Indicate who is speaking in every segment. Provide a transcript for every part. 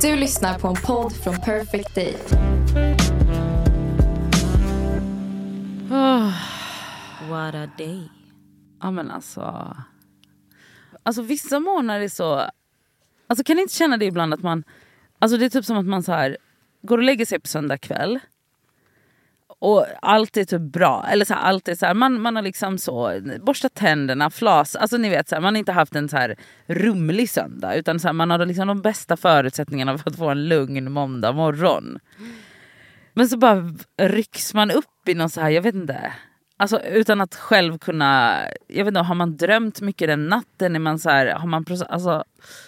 Speaker 1: Du lyssnar på en podd från Perfect Day.
Speaker 2: What a day.
Speaker 3: Ja men alltså vissa månader är så... Alltså kan ni inte känna det ibland att man... Alltså det är typ som att man så här går och lägger sig på söndag kväll. Och allt är typ bra. Eller så här, allt är så här, man har liksom så borstat tänderna, flas. Alltså ni vet så här, man har inte haft en så här rumlig söndag. Utan så här, man har liksom de bästa förutsättningarna för att få en lugn måndag morgon. Men så bara rycks man upp i någon så här, jag vet inte... Alltså utan att själv kunna, jag vet inte, har man drömt mycket den natten? Är man så här, har man alltså...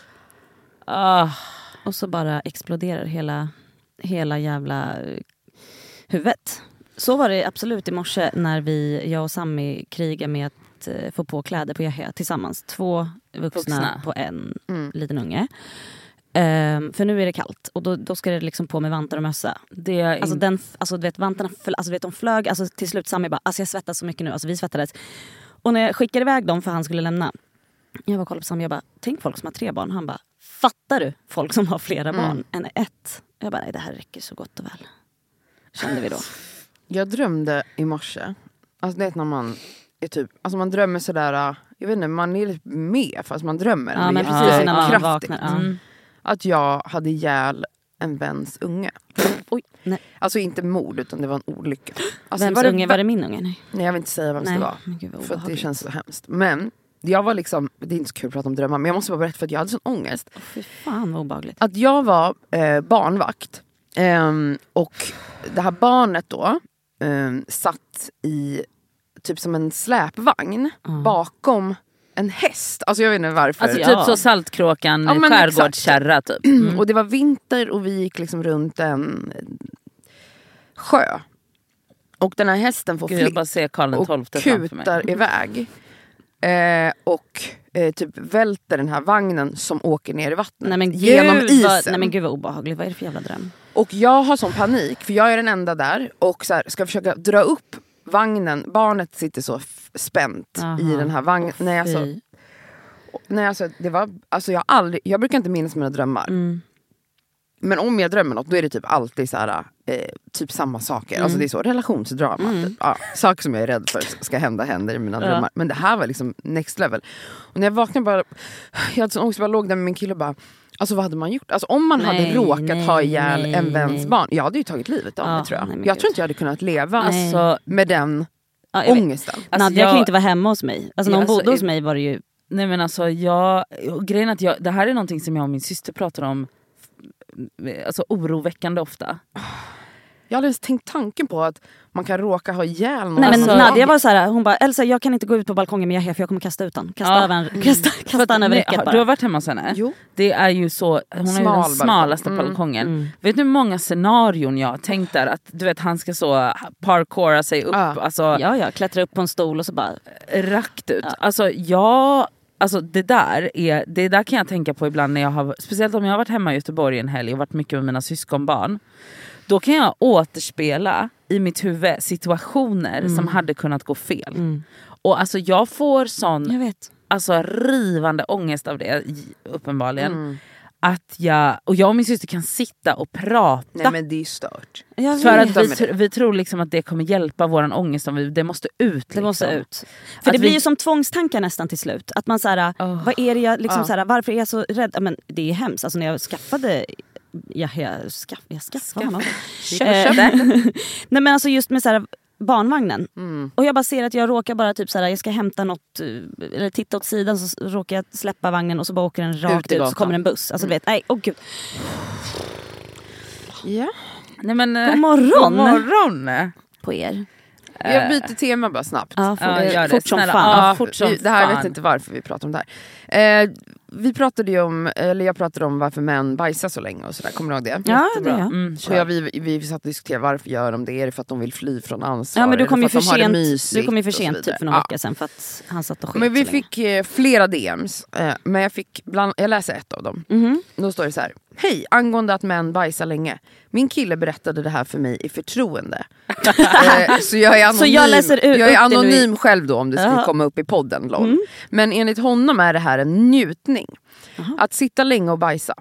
Speaker 2: Och så bara exploderar hela jävla huvudet. Så var det absolut i morse när jag och Sammy krigade med att få på kläder på Yahya tillsammans. 2 vuxna på en liten unge. För nu är det kallt och då ska det liksom på med vantar och mössa. Du vet vantarna de flög till slut. Sammy bara, jag svettas så mycket nu, vi svettades. Och när jag skickade iväg dem för han skulle lämna, jag var kollade på Sammy, jag bara, tänk folk som har 3 barn. Han bara, fattar du folk som har flera barn än 1? Jag bara, nej, det här räcker så gott och väl, kände vi då.
Speaker 4: Jag drömde i morse, alltså det är när man är typ, alltså man drömmer sådär, jag vet inte, man är lite med fast man drömmer.
Speaker 2: Ja, men precis innan man vaknar.
Speaker 4: Att jag hade ihjäl en väns unge.
Speaker 2: Oj, nej.
Speaker 4: Alltså inte mord, utan det var en olycka. Alltså,
Speaker 2: vems unge? Var det min unge? Nej,
Speaker 4: jag vill inte säga vem det var. För att det känns så hemskt. Men jag var liksom, det är inte så kul att prata om drömmar, men jag måste bara berätta för att jag hade sån ångest.
Speaker 2: Fy fan vad obehagligt.
Speaker 4: Att jag var barnvakt. Och det här barnet då satt i typ som en släpvagn bakom en häst. Alltså jag vet inte varför.
Speaker 3: Alltså typ så Saltkråkan, skärgårdskärra typ.
Speaker 4: Och det var vinter och vi gick liksom runt en sjö. Och den här hästen får
Speaker 3: jag bara se Karl XII
Speaker 4: och kutar iväg. Och typ välter den här vagnen som åker ner i vattnet.
Speaker 2: Nej, men
Speaker 4: genom isen.
Speaker 2: Nej men gud vad obehagligt. Vad är det för jävla dröm?
Speaker 4: Och jag har sån panik, för jag är den enda där. Och så här, ska försöka dra upp vagnen. Barnet sitter så spänt i den här vagnen. Det var, alltså jag brukar inte minnas mina drömmar. Men om jag drömmer något, då är det typ alltid så här, typ samma saker. Alltså det är så relationsdrama. Typ. Ja, saker som jag är rädd för ska händer i mina drömmar. Men det här var liksom next level. Och när jag vaknade bara, jag hade sån ångest, jag låg där med min kille och bara, alltså vad hade man gjort? Alltså om man hade råkat ha ihjäl en väns barn, jag hade ju tagit livet av mig, tror jag. Jag tror inte jag hade kunnat leva med den ångesten.
Speaker 2: Alltså, Nadja kan inte vara hemma hos mig. Alltså när hon bodde hos mig var det ju...
Speaker 3: Nej men alltså grejen är att det här är någonting som jag och min syster pratar om, alltså oroväckande ofta.
Speaker 4: Jag hade ens tänkt tanken på att man kan råka ha ihjäl någon.
Speaker 2: Nej men Nadja var så här, hon bara, Elsa jag kan inte gå ut på balkongen med Yahya för jag kommer kasta ut den. Kasta den över räcket bara.
Speaker 3: Du har varit hemma hos henne?
Speaker 4: Jo.
Speaker 3: Det är ju så, hon har den smalaste balkongen. Vet du hur många scenarion jag har tänkt där? Att du vet, han ska så parkoura sig upp. Alltså,
Speaker 2: klättra upp på en stol och så bara
Speaker 3: rakt ut. Alltså det där kan jag tänka på ibland när jag har, speciellt om jag har varit hemma i Göteborg en helg och varit mycket med mina syskonbarn. Då kan jag återspela i mitt huvud situationer som hade kunnat gå fel. Och alltså jag får sån alltså rivande ångest av det, uppenbarligen. Att jag och min syster kan sitta och prata.
Speaker 4: Nej men det är stört.
Speaker 3: För att vi tror liksom att det kommer hjälpa våran ångest om det måste ut. Liksom.
Speaker 2: Det måste ut. För det blir ju som tvångstankar nästan till slut. Att man såhär, vad är det jag liksom såhär, varför är jag så rädd? Men det är hemskt. Alltså när jag skaffade jag skaffade honom. Nej men alltså just med såhär barnvagnen. Och jag bara ser att jag råkar bara typ såhär, jag ska hämta något eller titta åt sidan, så råkar jag släppa vagnen och så bara åker den rakt ut så kommer en buss. Alltså du vet, nej, gud.
Speaker 4: Ja.
Speaker 3: Nej men
Speaker 2: god morgon.
Speaker 3: God morgon
Speaker 2: på er.
Speaker 4: Jag byter tema bara snabbt.
Speaker 2: Fort som fan.
Speaker 4: Det här vet inte varför vi pratar om det här. Vi pratade ju om, eller jag pratade om varför män bajsar så länge och sådär. Kommer du ihåg det?
Speaker 2: Ja, det
Speaker 4: och vi satt och diskuterade varför gör de det? Är det för att de vill fly från ansvar?
Speaker 2: Ja men du kom ju för
Speaker 4: sent
Speaker 2: typ för några veckor sedan för att han satt och sket.
Speaker 4: Men vi fick flera DMs. Men jag läser ett av dem. Då står det så här: hej, angående att män bajsar länge. Min kille berättade det här för mig i förtroende. Så jag är anonym,
Speaker 2: så jag läser
Speaker 4: jag är anonym själv då om det skulle komma upp i podden. Men enligt honom är det här en njutning. Att sitta länge och bajsa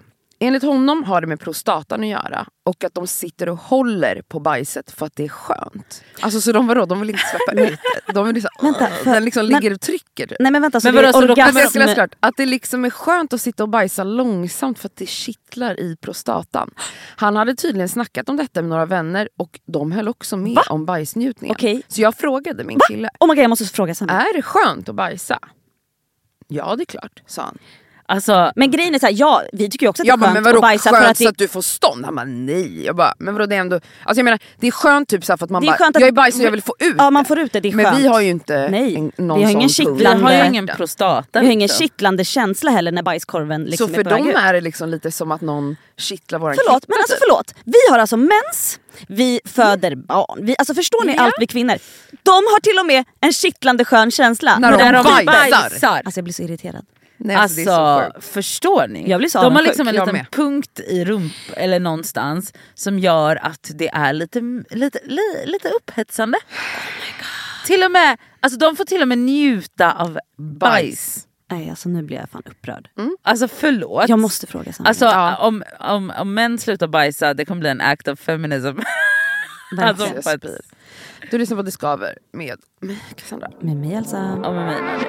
Speaker 4: Enligt honom har det med prostatan att göra. Och att de sitter och håller på bajset för att det är skönt. Alltså så de vill inte släppa ut det. De vill liksom, den liksom ligger och trycker.
Speaker 2: Nej men vänta, så
Speaker 3: Men
Speaker 2: det är
Speaker 3: vadå, så då
Speaker 2: orgasm.
Speaker 4: Jag ska läsa klart. Att det liksom är skönt att sitta och bajsa långsamt för att det kittlar i prostatan. Han hade tydligen snackat om detta med några vänner och de höll också med om bajsnjutningen.
Speaker 2: Okej.
Speaker 4: Så jag frågade min kille.
Speaker 2: Oh my God, jag måste fråga Sami.
Speaker 4: Är det skönt att bajsa? Ja, det är klart, sa han.
Speaker 3: Alltså,
Speaker 2: Men grejen är så här, ja, vi tycker ju också att det
Speaker 4: Jag
Speaker 2: är
Speaker 4: bara,
Speaker 2: skönt
Speaker 4: men vadå
Speaker 2: att bajsa
Speaker 4: skönt
Speaker 2: för att
Speaker 4: så att du får stånd? Han bara, nej. Jag bara, men vadå det är ändå... Alltså jag menar, det är skönt typ så här för att man
Speaker 2: Det är
Speaker 4: bara,
Speaker 2: skönt att-
Speaker 4: jag är bajs och jag vill få ut
Speaker 2: Ja, man får ut det, det är
Speaker 4: Men
Speaker 2: skönt.
Speaker 4: vi har ju inte
Speaker 2: Nej,
Speaker 4: någon
Speaker 2: vi har ingen
Speaker 4: sån
Speaker 3: vi har ju
Speaker 2: kittlande-
Speaker 3: ingen prostata.
Speaker 2: Vi har ingen
Speaker 3: liksom.
Speaker 2: kittlande känsla heller när bajskorven liksom
Speaker 4: Så
Speaker 2: är
Speaker 4: för
Speaker 2: på väg
Speaker 4: dem
Speaker 2: ut.
Speaker 4: är det liksom lite som att någon kittlar våran
Speaker 2: Förlåt,
Speaker 4: klitta,
Speaker 2: men alltså
Speaker 4: typ.
Speaker 2: förlåt. Vi har alltså mens, vi föder barn. Alltså förstår ni allt vi kvinnor? De har till och med en kittlande skön känsla.
Speaker 4: När de
Speaker 3: När
Speaker 4: bajsar.
Speaker 2: Alltså jag blir så irriterad.
Speaker 4: Nej, alltså, det är så
Speaker 3: Alltså,
Speaker 4: sjukt.
Speaker 3: förstår ni?
Speaker 2: Jag blir så
Speaker 3: de har
Speaker 2: avundsjuk,
Speaker 3: liksom en
Speaker 4: jag
Speaker 3: liten
Speaker 4: med.
Speaker 3: punkt i rump eller någonstans som gör att det är lite upphetsande. Till och med, alltså de får till och med njuta av bajs.
Speaker 2: Nej, alltså nu blir jag fan upprörd.
Speaker 3: Alltså förlåt.
Speaker 2: Jag måste fråga Sami.
Speaker 3: Alltså
Speaker 4: Ja.
Speaker 3: om män slutar bajsa, det kommer bli en act of feminism. Alltså,
Speaker 4: Jag spyr. Du lyssnar på Det skaver med Cassandra.
Speaker 2: Med mig Elsa.
Speaker 3: Ja, med mig, Nadia.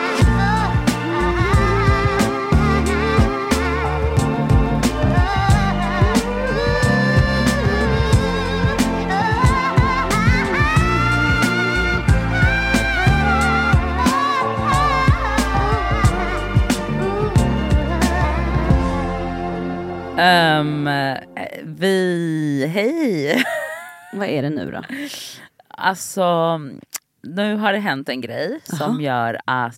Speaker 3: Hej.
Speaker 2: Vad är det nu då?
Speaker 3: Alltså, nu har det hänt en grej som gör att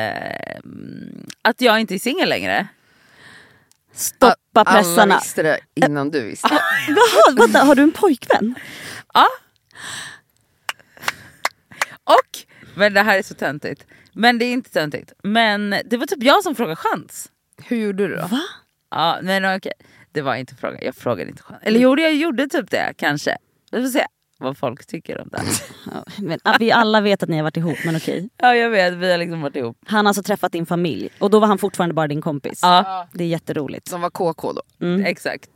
Speaker 3: jag inte är singel längre.
Speaker 2: Stoppa pressarna.
Speaker 4: Alla visste det innan du visste.
Speaker 2: Jaha, vänta, har du en pojkvän?
Speaker 3: Ja. Och, men det här är så töntigt. Men det är inte töntigt. Men det var typ jag som frågade chans.
Speaker 4: Hur gjorde du då?
Speaker 2: Va?
Speaker 3: Ja, men okej. Det var inte fråga. Jag frågade inte chans. Eller jag gjorde typ det, kanske. Vi får se vad folk tycker om det.
Speaker 2: Ja, men, vi alla vet att ni har varit ihop, men okej.
Speaker 3: Ja, jag vet. Vi har liksom varit ihop.
Speaker 2: Han har alltså träffat din familj och då var han fortfarande bara din kompis.
Speaker 3: Ja,
Speaker 2: Det är jätteroligt.
Speaker 4: Som var KK då.
Speaker 3: exakt.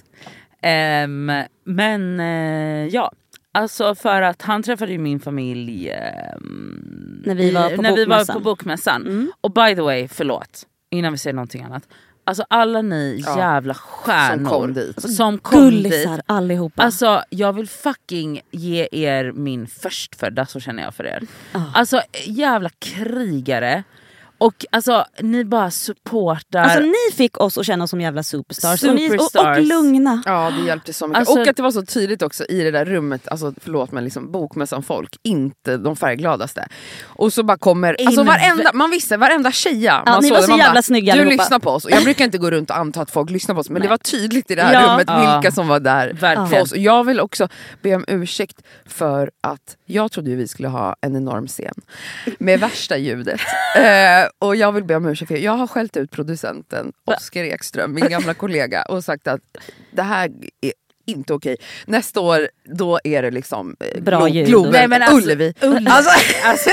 Speaker 3: Men ja. Alltså för att han träffade ju min familj
Speaker 2: När vi var på
Speaker 3: när vi var
Speaker 2: bokmässan.
Speaker 3: på bokmässan. Och by the way, förlåt, innan vi säger någonting annat. Alltså alla ni jävla stjärnor
Speaker 4: som kom dit.
Speaker 2: Gullisar allihopa.
Speaker 3: Alltså jag vill fucking ge er min förstfödda, så känner jag för er. Alltså jävla krigare. Och alltså ni bara supportar.
Speaker 2: Alltså ni fick oss att känna oss som jävla superstars. Och
Speaker 3: Superstars.
Speaker 2: lugna.
Speaker 4: Ja, det hjälpte så mycket.
Speaker 3: Alltså-
Speaker 4: och att det var så tydligt också i det där rummet, alltså förlåt men liksom bokmässan folk, inte de färggladaste. Och så bara kommer, alltså man visste, varenda tjeja man
Speaker 2: ni
Speaker 4: såg
Speaker 2: var
Speaker 4: det,
Speaker 2: så
Speaker 4: man
Speaker 2: jävla
Speaker 4: bara,
Speaker 2: snygga
Speaker 4: du
Speaker 2: allihopa.
Speaker 4: lyssnar på oss. Och jag brukar inte gå runt och anta att folk lyssnar på oss, men det var tydligt i det här
Speaker 2: Ja.
Speaker 4: rummet vilka som var där
Speaker 3: Verkligen.
Speaker 4: för oss. Och jag vill också be om ursäkt för att jag trodde ju vi skulle ha en enorm scen med värsta ljudet. Och jag vill be om ursäkt för jag har skällt ut producenten Oskar Ekström, min gamla kollega, och sagt att det här är inte okej. Nästa år då är det liksom
Speaker 2: Bra ljud.
Speaker 4: Globen,
Speaker 3: Nej, men alltså,
Speaker 4: Ullevi. Alltså,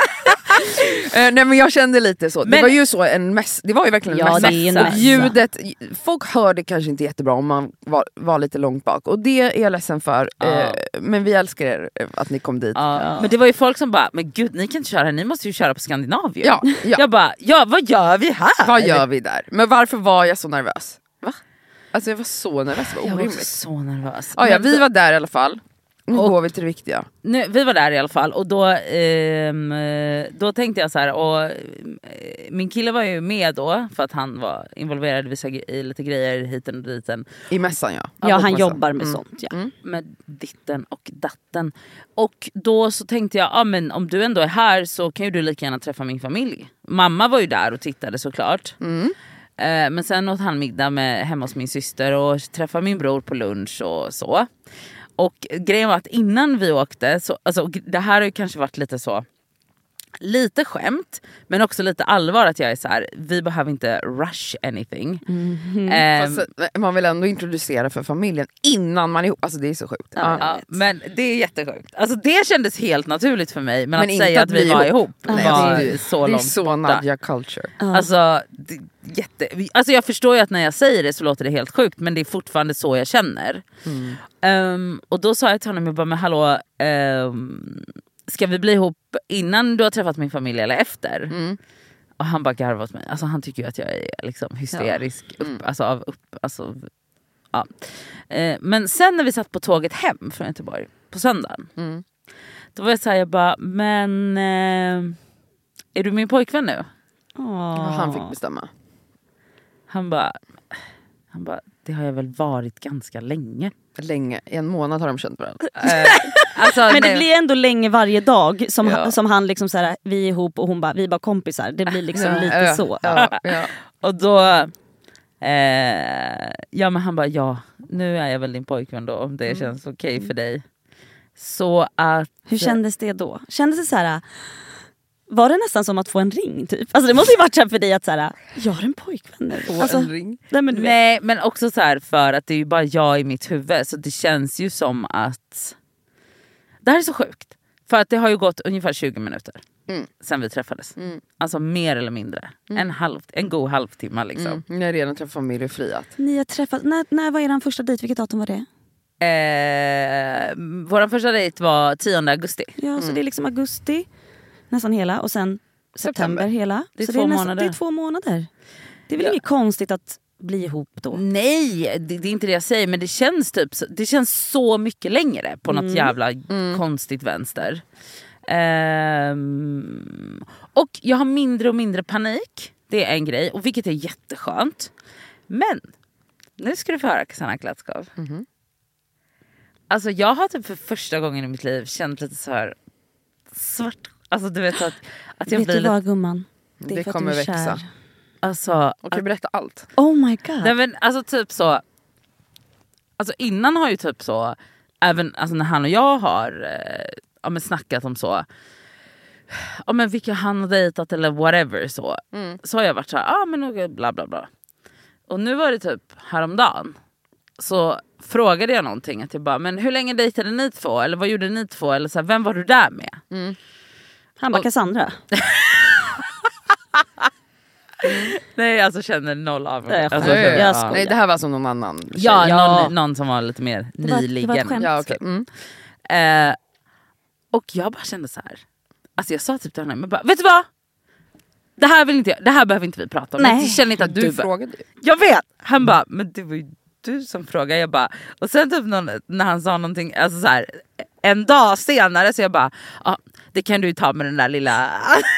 Speaker 4: nej men jag kände lite så. Det
Speaker 3: Men-
Speaker 4: var ju så det var ju verkligen en
Speaker 2: Ja,
Speaker 4: mässa.
Speaker 2: det är en
Speaker 4: Och
Speaker 2: mässa.
Speaker 4: ljudet, folk hörde kanske inte jättebra om man var lite långt bak. Och det är jag ledsen för. Men vi älskar er att ni kom dit.
Speaker 3: Ja. Men det var ju folk som bara, men gud ni kan inte köra här, ni måste ju köra på Skandinavien.
Speaker 4: Ja, ja.
Speaker 3: Jag bara, vad gör vi här?
Speaker 4: Vad gör vi där? Men varför var jag så nervös? Va? Alltså jag var så nervös, det var
Speaker 3: Jag var också
Speaker 4: orimligt.
Speaker 3: så nervös.
Speaker 4: Ja,
Speaker 3: Men
Speaker 4: vi var där i alla fall. Nu
Speaker 3: Och-
Speaker 4: går vi till det viktiga.
Speaker 3: vi var där i alla fall och då tänkte jag så här, och min kille var ju med då för att han var involverad i lite grejer hiten och diten.
Speaker 4: I mässan ja.
Speaker 2: Ja, han
Speaker 4: bokmässan.
Speaker 2: jobbar med sånt. Ja.
Speaker 3: Med ditten och datten. Och då så tänkte jag, men om du ändå är här så kan ju du lika gärna träffa min familj. Mamma var ju där och tittade såklart. Men sen åt han middag hemma hos min syster och träffade min bror på lunch och så. Och grejen var att innan vi åkte, så, alltså, det här har ju kanske varit lite så lite skämt men också lite allvar, att jag är så här: vi behöver inte rush anything.
Speaker 4: Fast man vill ändå introducera för familjen innan man är ihop. Alltså det är så sjukt.
Speaker 3: Ja, men det är jättesjukt. Alltså det kändes helt naturligt för mig, men att
Speaker 4: inte
Speaker 3: säga att vi var ihop
Speaker 4: Nej,
Speaker 3: var så
Speaker 4: det är
Speaker 3: långt
Speaker 4: så
Speaker 3: borta.
Speaker 4: Nadja culture.
Speaker 3: Alltså, alltså jag förstår ju att när jag säger det så låter det helt sjukt, men det är fortfarande så jag känner. Och då sa jag till honom, jag bara, men hallå, ska vi bli ihop innan du har träffat min familj eller efter? Och han bara garvar åt mig. Alltså han tycker ju att jag är liksom hysterisk. Men sen när vi satt på tåget hem från Göteborg på söndagen, då var jag så här, jag bara, men är du min pojkvän nu?
Speaker 4: Han fick bestämma.
Speaker 3: Han bara, det har jag väl varit ganska länge.
Speaker 4: Länge, i en månad har de känt varandra.
Speaker 3: Alltså,
Speaker 2: men det blir ändå länge varje dag som han liksom så här, vi är ihop och hon bara, vi är bara kompisar. Det blir liksom lite så.
Speaker 3: Och då men han bara, ja, nu är jag väl din pojkvän då, om det känns okej för dig. Så att...
Speaker 2: Hur kändes det då? Kändes det så här, var det nästan som att få en ring typ? Alltså det måste ju varit så här för dig att så här, jag har en pojkvän nu. Alltså,
Speaker 4: en ring?
Speaker 3: Nej, men också så här, för att det är ju bara jag i mitt huvud, så det känns ju som att det här är så sjukt. För att det har ju gått ungefär 20 minuter sen vi träffades. Alltså mer eller mindre. En god halvtimme liksom.
Speaker 4: Ni har redan träffat familj och friat.
Speaker 2: Ni har träffat, när var er första dejt? Vilket datum var det?
Speaker 3: Vår första dejt var 10 augusti.
Speaker 2: Ja, så det är liksom augusti nästan hela och sen september hela.
Speaker 3: Det är
Speaker 2: så
Speaker 3: 2 månader.
Speaker 2: Det är 2 månader. Det är väl inget konstigt att bli ihop då?
Speaker 3: Nej, det är inte det jag säger, men det känns typ det känns så mycket längre på något jävla konstigt vänster. Och jag har mindre och mindre panik. Det är en grej, och vilket är jätteskönt. Men nu ska du få höra, Cassandra Klatskov. Alltså jag har typ för första gången i mitt liv känt lite så här svart. Alltså du vet att jag
Speaker 2: vet
Speaker 3: blir
Speaker 2: du vad, gumman? Det är
Speaker 4: Det
Speaker 2: för
Speaker 4: kommer
Speaker 2: att du är
Speaker 4: växa.
Speaker 2: kär.
Speaker 3: Alltså,
Speaker 4: Okej, berätta allt.
Speaker 2: Oh my god.
Speaker 3: Nej, men alltså typ så. Alltså innan har ju typ så, även alltså när han och jag har snackat om så, men vilka han har dejtat eller whatever så har jag varit så här, men bla bla bla. Och nu var det typ häromdagen, så frågade jag någonting, att jag bara, men hur länge dejtade ni två, eller vad gjorde ni två, eller så här, vem var du där med?
Speaker 2: Han bara, Cassandra.
Speaker 3: Nej, alltså känner noll av
Speaker 2: Nej,
Speaker 3: alltså,
Speaker 2: jag skojar.
Speaker 4: Nej, det här var som någon annan tjej.
Speaker 3: Ja, någon som var lite mer
Speaker 2: Det var
Speaker 3: nyligen.
Speaker 2: ett skämt.
Speaker 4: Ja, okej.
Speaker 3: Och jag bara kände så här. Alltså jag sa typ till honom, jag bara, vet du vad? Det här behöver inte vi prata om.
Speaker 2: Nej.
Speaker 3: Jag känner inte att
Speaker 4: Du frågade ju.
Speaker 3: Jag vet. Han bara, men det var ju du som frågade. Jag bara, och sen typ när han sa någonting, alltså så här, en dag senare, så jag bara, det kan du ju ta med den där lilla.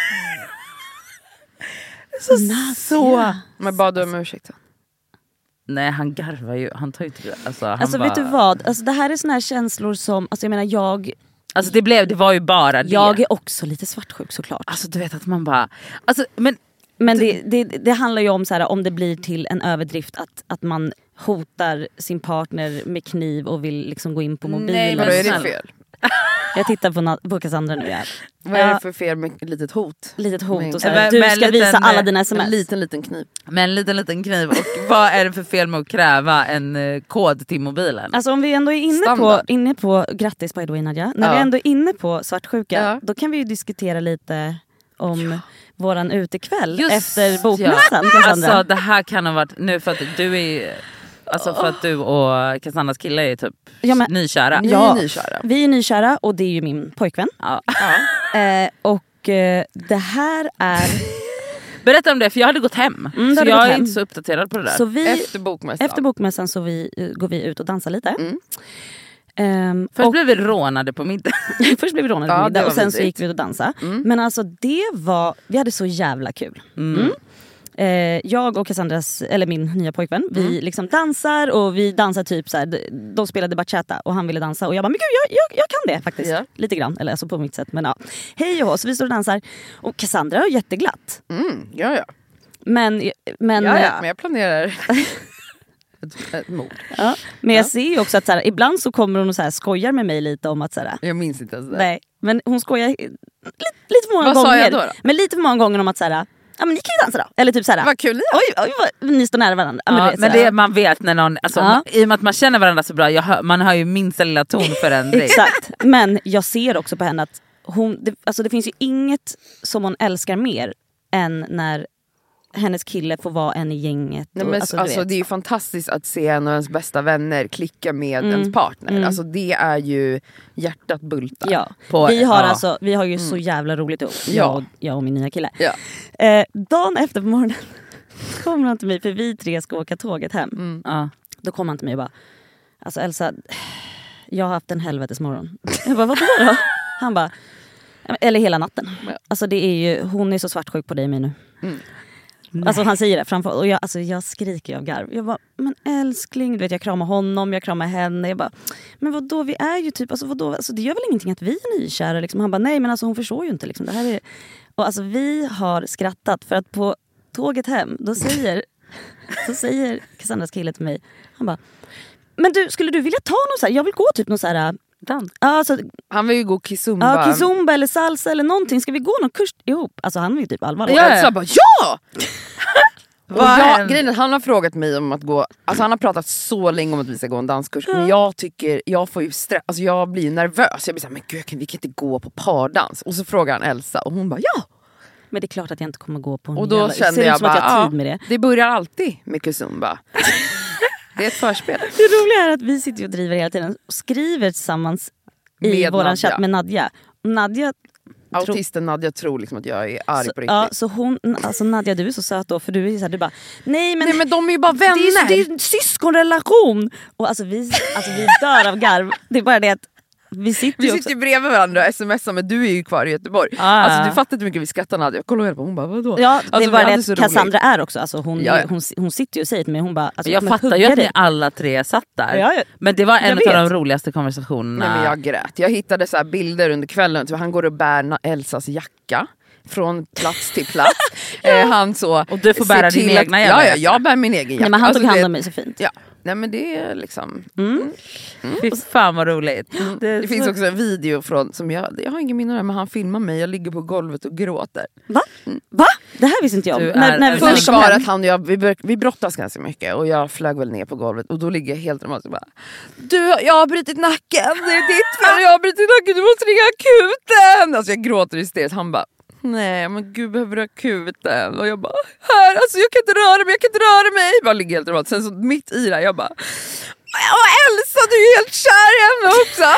Speaker 3: så.
Speaker 4: Men bad du om ursäkt?
Speaker 3: Nej, han garvar ju. Han tar ju inte det.
Speaker 2: Alltså vet du vad? Alltså, det här är såna här känslor som, alltså jag menar
Speaker 3: Alltså det var ju bara det.
Speaker 2: jag är också lite svartsjuk såklart.
Speaker 3: Alltså du vet att man bara, alltså
Speaker 2: Men det handlar ju om så här, om det blir till en överdrift att man hotar sin partner med kniv och vill liksom gå in på mobilen.
Speaker 3: Nej, men
Speaker 4: Vadå, är det
Speaker 3: snälla.
Speaker 4: fel?
Speaker 2: Jag tittar på Cassandra nu här.
Speaker 4: Vad är det för fel med ett litet hot?
Speaker 2: Litet hot
Speaker 4: Men-
Speaker 2: och så här, du
Speaker 3: Men
Speaker 2: ska
Speaker 3: en
Speaker 2: visa
Speaker 3: liten-
Speaker 2: alla dina
Speaker 4: En
Speaker 2: sms.
Speaker 4: liten kniv.
Speaker 3: Med en liten kniv. Och vad är det för fel med att kräva en kod till mobilen?
Speaker 2: Alltså om vi ändå är inne på grattis by the way Nadja. När vi ändå är inne på svartsjuka, då kan vi ju diskutera lite om våran utekväll efter bokmässan. Cassandra.
Speaker 3: Alltså det här kan ha varit, nu för att du är, alltså för att du och Cassandras kille är typ nykära.
Speaker 4: Ni är nykära.
Speaker 2: Vi är nykära och det är ju min pojkvän.
Speaker 3: Ja.
Speaker 2: Det här är...
Speaker 3: Berätta om det, för jag hade gått hem. Så
Speaker 2: hade
Speaker 3: jag
Speaker 2: gått
Speaker 3: är
Speaker 2: hem.
Speaker 3: inte så uppdaterad på det där.
Speaker 2: Så vi,
Speaker 4: Efter bokmässan.
Speaker 2: så går vi ut och dansar lite.
Speaker 3: Först blev vi rånade på middag.
Speaker 2: Först blev vi rånade på
Speaker 4: Ja,
Speaker 2: middag
Speaker 4: det var
Speaker 2: och sen så
Speaker 4: vidrigt.
Speaker 2: gick vi ut och dansade. Men alltså vi hade så jävla kul. Jag och Cassandras, eller min nya pojkvän, vi liksom dansar och vi dansar typ så här. De spelade bachata och han ville dansa och jag bara, men gud jag kan det faktiskt.
Speaker 4: Ja.
Speaker 2: Lite grann, eller alltså på mitt sätt, men ja. Hej och så vi står och dansar och Cassandra är jätteglatt.
Speaker 4: Ja.
Speaker 2: Men
Speaker 4: Men jag planerar. ett mord.
Speaker 2: Ja. Men jag ser ju också att så här, ibland så kommer hon och så här, skojar med mig lite om att så här,
Speaker 4: Jag minns inte ens det.
Speaker 2: nej, men hon skojar lite för många
Speaker 4: Vad
Speaker 2: gånger.
Speaker 4: sa jag då?
Speaker 2: Men lite för många gånger om att så här, ja men ni kan ju dansa då. Eller typ så här,
Speaker 4: Vad kul.
Speaker 2: oj ni står nära varandra. Ja,
Speaker 3: Ja,
Speaker 2: vet,
Speaker 3: men
Speaker 2: så här.
Speaker 3: det man vet när någon, alltså, i och med att man känner varandra så bra, man har ju minsta lilla tonförändring.
Speaker 2: Exakt, men jag ser också på henne att det finns ju inget som hon älskar mer än när hennes kille får vara en i gänget.
Speaker 4: Nej, men alltså, det är ju fantastiskt att se en av ens bästa vänner klicka med ens partner. Alltså det är ju hjärtat bultar.
Speaker 2: Ja. Vi har ju så jävla roligt ihop. Jag och min nya kille.
Speaker 4: Ja.
Speaker 2: Dagen efter på morgonen kommer han till mig, för vi 3 ska åka tåget hem. Då kommer han till mig och bara, alltså Elsa, jag har haft en helvetesmorgon. Jag bara, vadå då? Han bara, eller hela natten. Alltså det är ju, hon är så svartsjuk på dig med nu. Alltså han säger det framför, och jag skriker av garv. Jag bara, men älskling, du vet, jag kramar honom, jag kramar henne. Jag bara, men vadå, vi är ju typ, alltså vadå, alltså det gör väl ingenting att vi är nykära liksom. Han bara, nej men alltså hon förstår ju inte liksom. Det här är, och alltså vi har skrattat för att på tåget hem, då säger Cassandras kille till mig, han bara, men du, skulle du vilja ta någon så här, jag vill gå typ någon så här dans. Alltså,
Speaker 4: han vill ju gå kizumba.
Speaker 2: Ja, kizumba eller salsa eller någonting. Ska vi gå någon kurs ihop? Alltså han var ju typ allvarlig.
Speaker 4: Och jag bara, ja! Och grejen är att han har frågat mig om att gå, alltså han har pratat så länge om att vi ska gå en danskurs, men jag tycker, jag får ju stress, alltså jag blir nervös. Jag blir såhär, men gud vi kan inte gå på pardans. Och så frågar han Elsa och hon bara, ja!
Speaker 2: Men det är klart att jag inte kommer gå på en
Speaker 4: och då kände jag bara,
Speaker 2: att jag har tid med
Speaker 4: det börjar alltid med kizumba. Det är ett förspel.
Speaker 2: Det roliga är att vi sitter och driver hela tiden och skriver tillsammans i våran chatt med Nadja. Nadja
Speaker 4: autisten Nadja tror liksom att jag är arg på riktigt.
Speaker 2: Ja, så hon, alltså Nadja, du är så söt då, för du är så här, du bara, nej men
Speaker 4: de är ju bara vänner.
Speaker 2: Det är en syskonrelation. Och alltså vi dör av garv. Det är bara det att vi sitter ju
Speaker 4: bredvid varandra och smsar, men du är ju kvar i Göteborg. Alltså du fattar inte hur mycket vi skrattar Nadja. Kolla här på, hon bara, vadå?
Speaker 2: Ja, det
Speaker 4: alltså,
Speaker 2: är bara det att Cassandra är också, alltså hon sitter ju och säger till mig, hon bara, alltså,
Speaker 3: jag fattar ju att ni alla 3 satt där.
Speaker 2: Ja,
Speaker 3: men det var en av de roligaste konversationerna.
Speaker 4: Nej, men jag grät. Jag hittade så här bilder under kvällen, så han går och bär Elsas jacka från plats till plats. Han så,
Speaker 3: och du får bära din egna jacka.
Speaker 4: Ja, jag bär min egen jacka.
Speaker 2: Nej, men han tog hand om mig så fint.
Speaker 4: Ja. Nej men det är liksom
Speaker 3: Fy fan vad roligt.
Speaker 4: Det finns också en video från, som jag har ingen minne av, men han filmar mig, jag ligger på golvet och gråter.
Speaker 2: Va? Det här visste inte jag.
Speaker 4: Först var att han och jag, vi brottas ganska mycket, och jag flög väl ner på golvet, och då ligger jag helt dramatiskt och bara, jag har brutit nacken, det är ditt fel, jag har brutit nacken, du måste ringa akuten. Alltså jag gråter istället. Han bara, nej men gud, behöver du akuten? Och jag bara, här, alltså jag kan inte röra mig. Jag bara ligger helt dramatiskt. Sen så mitt i det jag bara, Elsa, du är helt kär i henne också.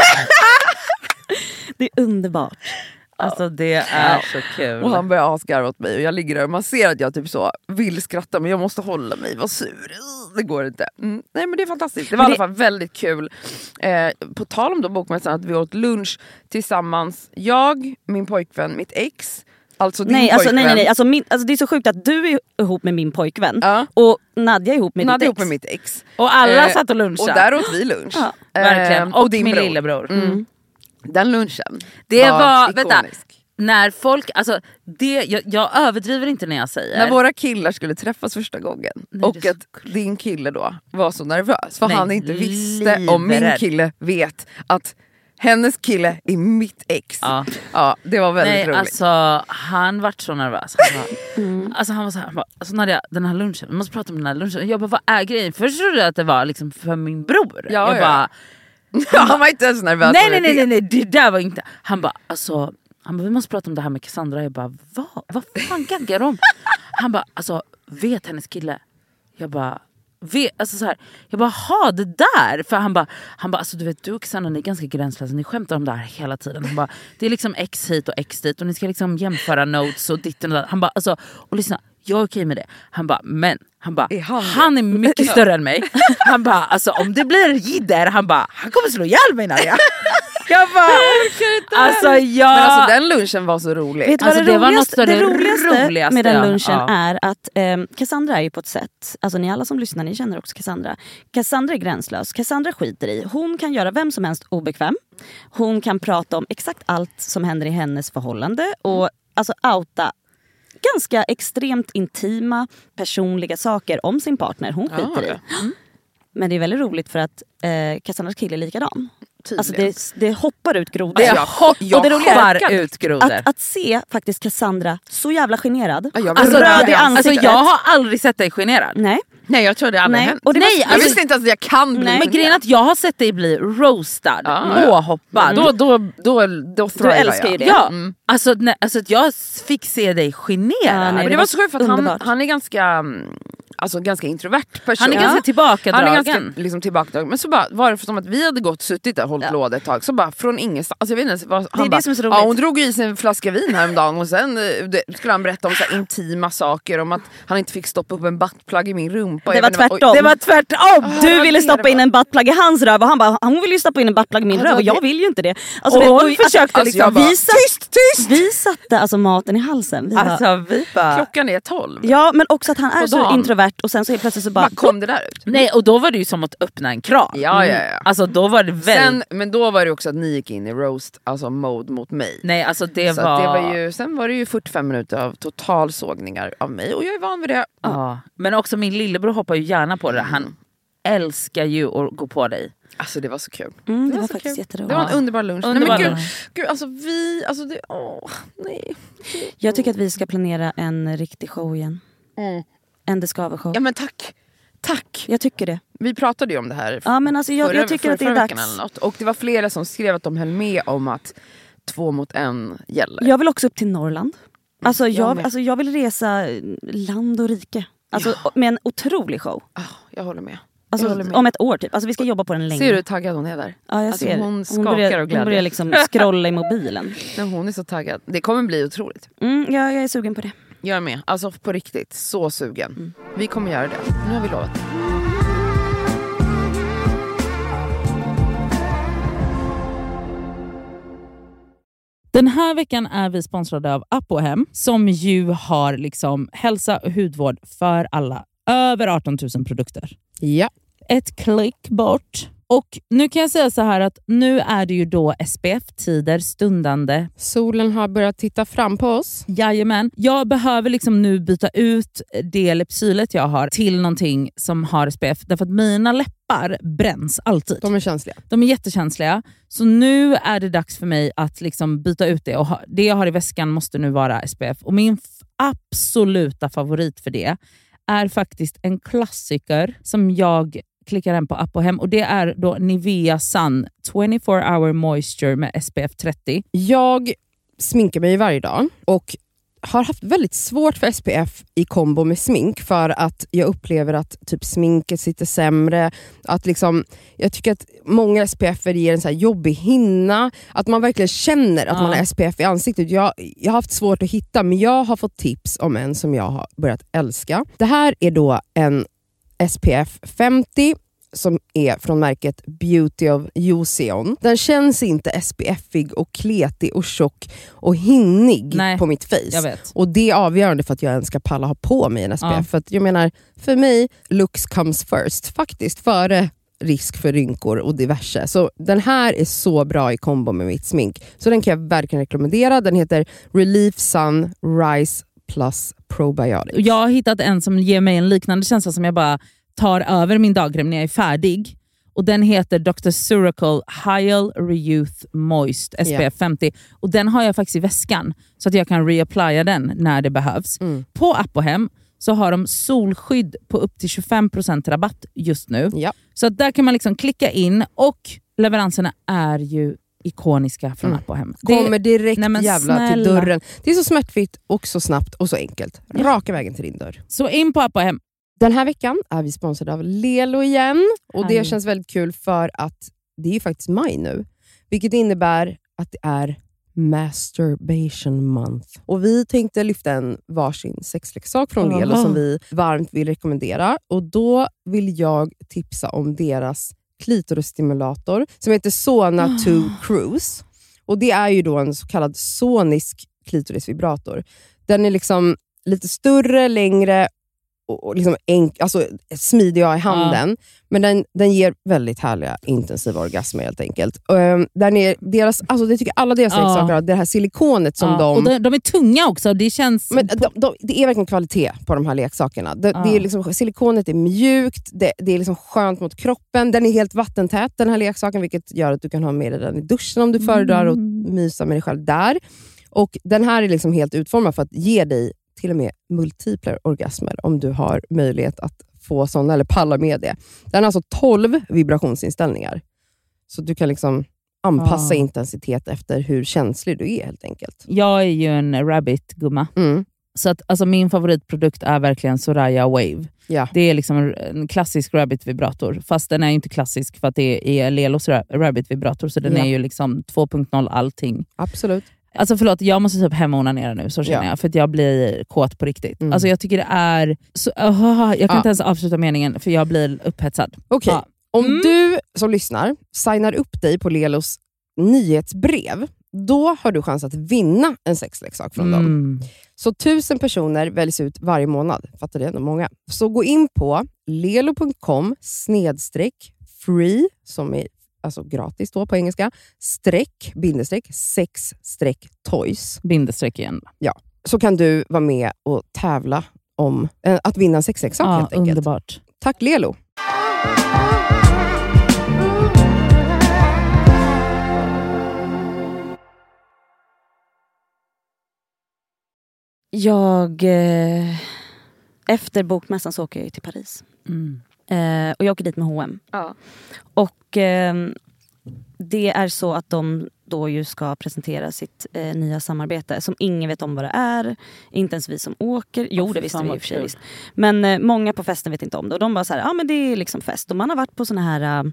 Speaker 2: Det är underbart.
Speaker 3: Alltså det är så kul.
Speaker 4: Och han börjar asgarva åt mig, och jag ligger där och man ser att jag typ så vill skratta, men jag måste hålla mig, var sur. Det går inte. Nej men det är fantastiskt. Det var i alla fall väldigt kul. På tal om då bokmässan, att vi åt lunch tillsammans. Jag, min pojkvän, mitt ex. Alltså din pojkvän.
Speaker 2: Nej. Alltså det är så sjukt att du är ihop med min pojkvän. Och Nadja är ihop med ditt ex.
Speaker 4: Ihop med mitt ex.
Speaker 3: Och alla satt och lunchade.
Speaker 4: Och där åt vi lunch.
Speaker 3: Verkligen. Och
Speaker 4: din
Speaker 3: min
Speaker 4: bror.
Speaker 3: lillebror.
Speaker 4: Den lunchen
Speaker 3: det var
Speaker 4: ikonisk.
Speaker 3: Vänta, när folk, alltså jag överdriver inte när jag säger.
Speaker 4: När våra killar skulle träffas första gången, och att din kille då var så nervös för han inte visste om min kille vet att hennes kille är mitt ex. Ja, det var väldigt roligt.
Speaker 3: Alltså han var så nervös. Han var så här, alltså Nadia, den här lunchen, vi måste prata om den här lunchen. Jag bara, vad är grejen? Först trodde jag att det var liksom för min bror. Bara,
Speaker 4: han var inte ens nervös.
Speaker 3: Nej, det där var inte. Han bara, vi måste prata om det här med Cassandra. Jag bara, vad fan gaggar de? Han bara, alltså vet hennes kille? Jag bara, ha det där. För han bara, alltså du vet, du och Cassandra, ni är ganska gränslösa. Ni skämtar om det här hela tiden. Han bara, det är liksom X hit och X dit, och ni ska liksom jämföra notes och ditten och där. Han bara, alltså, och lyssna, jag är okej med det. Han bara, men han är mycket större än mig. Han bara, alltså om det blir jidder, han kommer slå ihjäl mig Nadia. Jag bara, men
Speaker 2: alltså
Speaker 4: den lunchen var så rolig.
Speaker 2: Vet
Speaker 3: alltså,
Speaker 2: det roligaste
Speaker 3: roligaste
Speaker 2: med den lunchen är att Cassandra är ju på ett sätt, alltså ni alla som lyssnar, ni känner också Cassandra. Cassandra är gränslös, Cassandra skiter i. Hon kan göra vem som helst obekväm. Hon kan prata om exakt allt som händer i hennes förhållande och alltså outa ganska extremt intima, personliga saker om sin partner. Hon skiter i. Men det är väldigt roligt för att Cassandras kille är likadan. Alltså det hoppar ut grodor.
Speaker 3: Jag hoppar ut grodor.
Speaker 2: Att se faktiskt Cassandra så jävla generad.
Speaker 3: Röd i ansiktet. Jag har aldrig sett dig generad.
Speaker 4: Nej, jag tror det aldrig hänt.
Speaker 2: Och
Speaker 4: jag visste inte att jag kan bli.
Speaker 3: Men grejen är att jag har sett dig bli roastad, påhoppad.
Speaker 4: Då
Speaker 2: du älskar ju det.
Speaker 3: Ja. Alltså jag fick se dig generad.
Speaker 4: Men det var så skönt för att han är ganska... Alltså ganska introvert person.
Speaker 3: Han är ganska tillbakadragen.
Speaker 4: Han är ganska liksom tillbakadragen. Men så bara var det som att vi hade gått suttit där och hållit låda ett tag. Så bara från ingenstans. Alltså jag vet inte, han bara,
Speaker 2: det som är så roligt.
Speaker 4: Hon drog i sig en flaska vin häromdagen. Och sen skulle han berätta om så här intima saker. Om att han inte fick stoppa upp en buttplug i min rumpa.
Speaker 2: Det var tvärtom. Du ville stoppa in en buttplug i hans röv. Och han bara, hon vill ju stoppa in en buttplug i min röv. Och jag vill ju inte det. Alltså,
Speaker 3: hon försökte liksom
Speaker 2: tyst! Vi satte alltså maten i halsen.
Speaker 3: Vi bara,
Speaker 4: klockan är 12.
Speaker 2: Ja, men också att han är så introvert. Och sen så helt plötsligt så bara
Speaker 4: kom det där ut.
Speaker 3: Nej, och då var det ju som att öppna en kran.
Speaker 4: Ja.
Speaker 3: Alltså då var det väl.
Speaker 4: Men då var det också att ni gick in i roast, alltså mode mot mig.
Speaker 3: Nej, alltså det
Speaker 4: så var ju, sen var det ju 45 minuter av totalsågningar av mig. Och jag är van vid det.
Speaker 3: Ja. Men också min lillebror hoppar ju gärna på det. Han älskar ju att gå på dig.
Speaker 4: Alltså det var så kul.
Speaker 2: Det var faktiskt jätteroligt.
Speaker 4: Det var en underbar lunch.
Speaker 3: Underbar
Speaker 4: nej, men gud, alltså nej.
Speaker 2: Jag tycker att vi ska planera en riktig show igen. En Det Skaver show.
Speaker 4: Ja men tack.
Speaker 2: Jag tycker det.
Speaker 4: Vi pratade ju om det här.
Speaker 2: Ja men alltså jag tycker att det är dags.
Speaker 4: Och det var flera som skrev att de höll med om att 2 mot 1 gäller.
Speaker 2: Jag vill också upp till Norrland. Alltså jag vill resa land och rike. Alltså med en otrolig show.
Speaker 4: Jag håller med.
Speaker 2: Alltså, om ett år typ. Alltså vi ska jobba på den länge.
Speaker 4: Ser du hur taggad hon är där?
Speaker 2: Ja, jag ser.
Speaker 4: Hon skakar och glädjer.
Speaker 2: Hon börjar liksom scrolla i mobilen.
Speaker 4: Men hon är så taggad. Det kommer bli otroligt.
Speaker 2: Jag är sugen på det.
Speaker 4: Jag med. Alltså på riktigt. Så sugen. Vi kommer göra det. Nu har vi lovat.
Speaker 3: Den här veckan är vi sponsrade av Apohem som ju har liksom hälsa och hudvård för alla. Över 18 000 produkter.
Speaker 4: Ja.
Speaker 3: Ett klick bort. Och nu kan jag säga så här att nu är det ju då SPF-tider stundande.
Speaker 5: Solen har börjat titta fram på oss.
Speaker 3: Jajamän. Jag behöver liksom nu byta ut det Lypsylet jag har till någonting som har SPF. Därför att mina läppar bränns alltid.
Speaker 5: De är känsliga.
Speaker 3: De är jättekänsliga. Så nu är det dags för mig att liksom byta ut det. Och det jag har i väskan måste nu vara SPF. Och min absoluta favorit för det är faktiskt en klassiker som jag klickar hem på Apohem. Och det är då Nivea Sun 24 Hour Moisture med SPF 30.
Speaker 5: Jag sminkar mig varje dag och har haft väldigt svårt för SPF i kombo med smink för att jag upplever att typ sminket sitter sämre. Att liksom, jag tycker att många SPF ger en så här jobbig hinna. Att man verkligen känner att man har SPF i ansiktet. Jag har haft svårt att hitta, men jag har fått tips om en som jag har börjat älska. Det här är då en SPF 50 som är från märket Beauty of Joseon. Den känns inte SPF-ig och kletig och tjock och hinnig på mitt face.
Speaker 3: Jag vet.
Speaker 5: Och det är avgörande för att jag ens ska palla ha på mig en SPF. För att jag menar, för mig, looks comes first. Faktiskt före risk för rynkor och diverse. Så den här är så bra i kombo med mitt smink. Så den kan jag verkligen rekommendera. Den heter Relief Sun Rise Plus Probiotics.
Speaker 3: Jag har hittat en som ger mig en liknande känsla som jag bara tar över min dagkräm när jag är färdig. Och den heter Dr. Suracle Hyal Reyouth Moist SPF 50. Och den har jag faktiskt i väskan så att jag kan reapplya den när det behövs. På Apohem så har de solskydd på upp till 25% rabatt just nu.
Speaker 5: Ja.
Speaker 3: Så att där kan man liksom klicka in och leveranserna är ju ikoniska från Apohem.
Speaker 5: Kommer direkt jävla till dörren. Det är så smärtfritt och så snabbt och så enkelt. Raka vägen till din dörr.
Speaker 3: Så in på Apohem.
Speaker 5: Den här veckan är vi sponsrade av Lelo igen. Och det känns väldigt kul för att det är ju faktiskt maj nu. Vilket innebär att det är Masturbation Month. Och vi tänkte lyfta en varsin sexleksak från Lelo som vi varmt vill rekommendera. Och då vill jag tipsa om deras klitorisstimulator som heter Sona 2 Cruise. Och det är ju då en så kallad sonisk klitorisvibrator. Den är liksom lite större, längre och liksom alltså, smidiga i handen. Men den ger väldigt härliga intensiva orgasmer helt enkelt. Där är deras, alltså det tycker alla deras leksaker har, det här silikonet som
Speaker 3: Och de är tunga också. Det känns...
Speaker 5: Men det är verkligen kvalitet på de här leksakerna. Det är liksom, silikonet är mjukt, det är liksom skönt mot kroppen. Den är helt vattentät den här leksaken, vilket gör att du kan ha med den i duschen om du föredrar och mysa med dig själv där. Och den här är liksom helt utformad för att ge dig till och med multipla orgasmer om du har möjlighet att få sådana eller palla med det. Den har alltså 12 vibrationsinställningar. Så du kan liksom anpassa intensitet efter hur känslig du är helt enkelt.
Speaker 3: Jag är ju en rabbit-gumma. Så att, alltså, min favoritprodukt är verkligen Soraya Wave.
Speaker 5: Ja.
Speaker 3: Det är liksom en klassisk rabbit-vibrator. Fast den är ju inte klassisk för att det är Lelos rabbit-vibrator. Så den är ju liksom 2.0 allting.
Speaker 5: Absolut.
Speaker 3: Alltså förlåt, jag måste typ hemonanera nu, så känner jag. För att jag blir kåt på riktigt. Alltså jag tycker det är... Så, jag kan inte ens avsluta meningen för jag blir upphetsad.
Speaker 5: Okej. Om du som lyssnar signar upp dig på Lelos nyhetsbrev, då har du chans att vinna en sexleksak från dem. Så 1000 personer väljs ut varje månad. Fattar det ändå många. Så gå in på lelo.com/free, som är alltså gratis då på engelska, _sex-toys.
Speaker 3: Bindestreck igen.
Speaker 5: Ja, så kan du vara med och tävla om att vinna en sexleksak helt enkelt.
Speaker 3: Underbart.
Speaker 5: Tack Lelo.
Speaker 2: Efter bokmässan så åker jag till Paris. Och jag åker dit med H&M. Och det är så att de då ju ska presentera sitt nya samarbete som ingen vet om vad det är. Inte ens vi som åker. Jo, det visste vi i och för sig. Men många på festen vet inte om det. Och de bara så här, men det är liksom fest. Och man har varit på såna här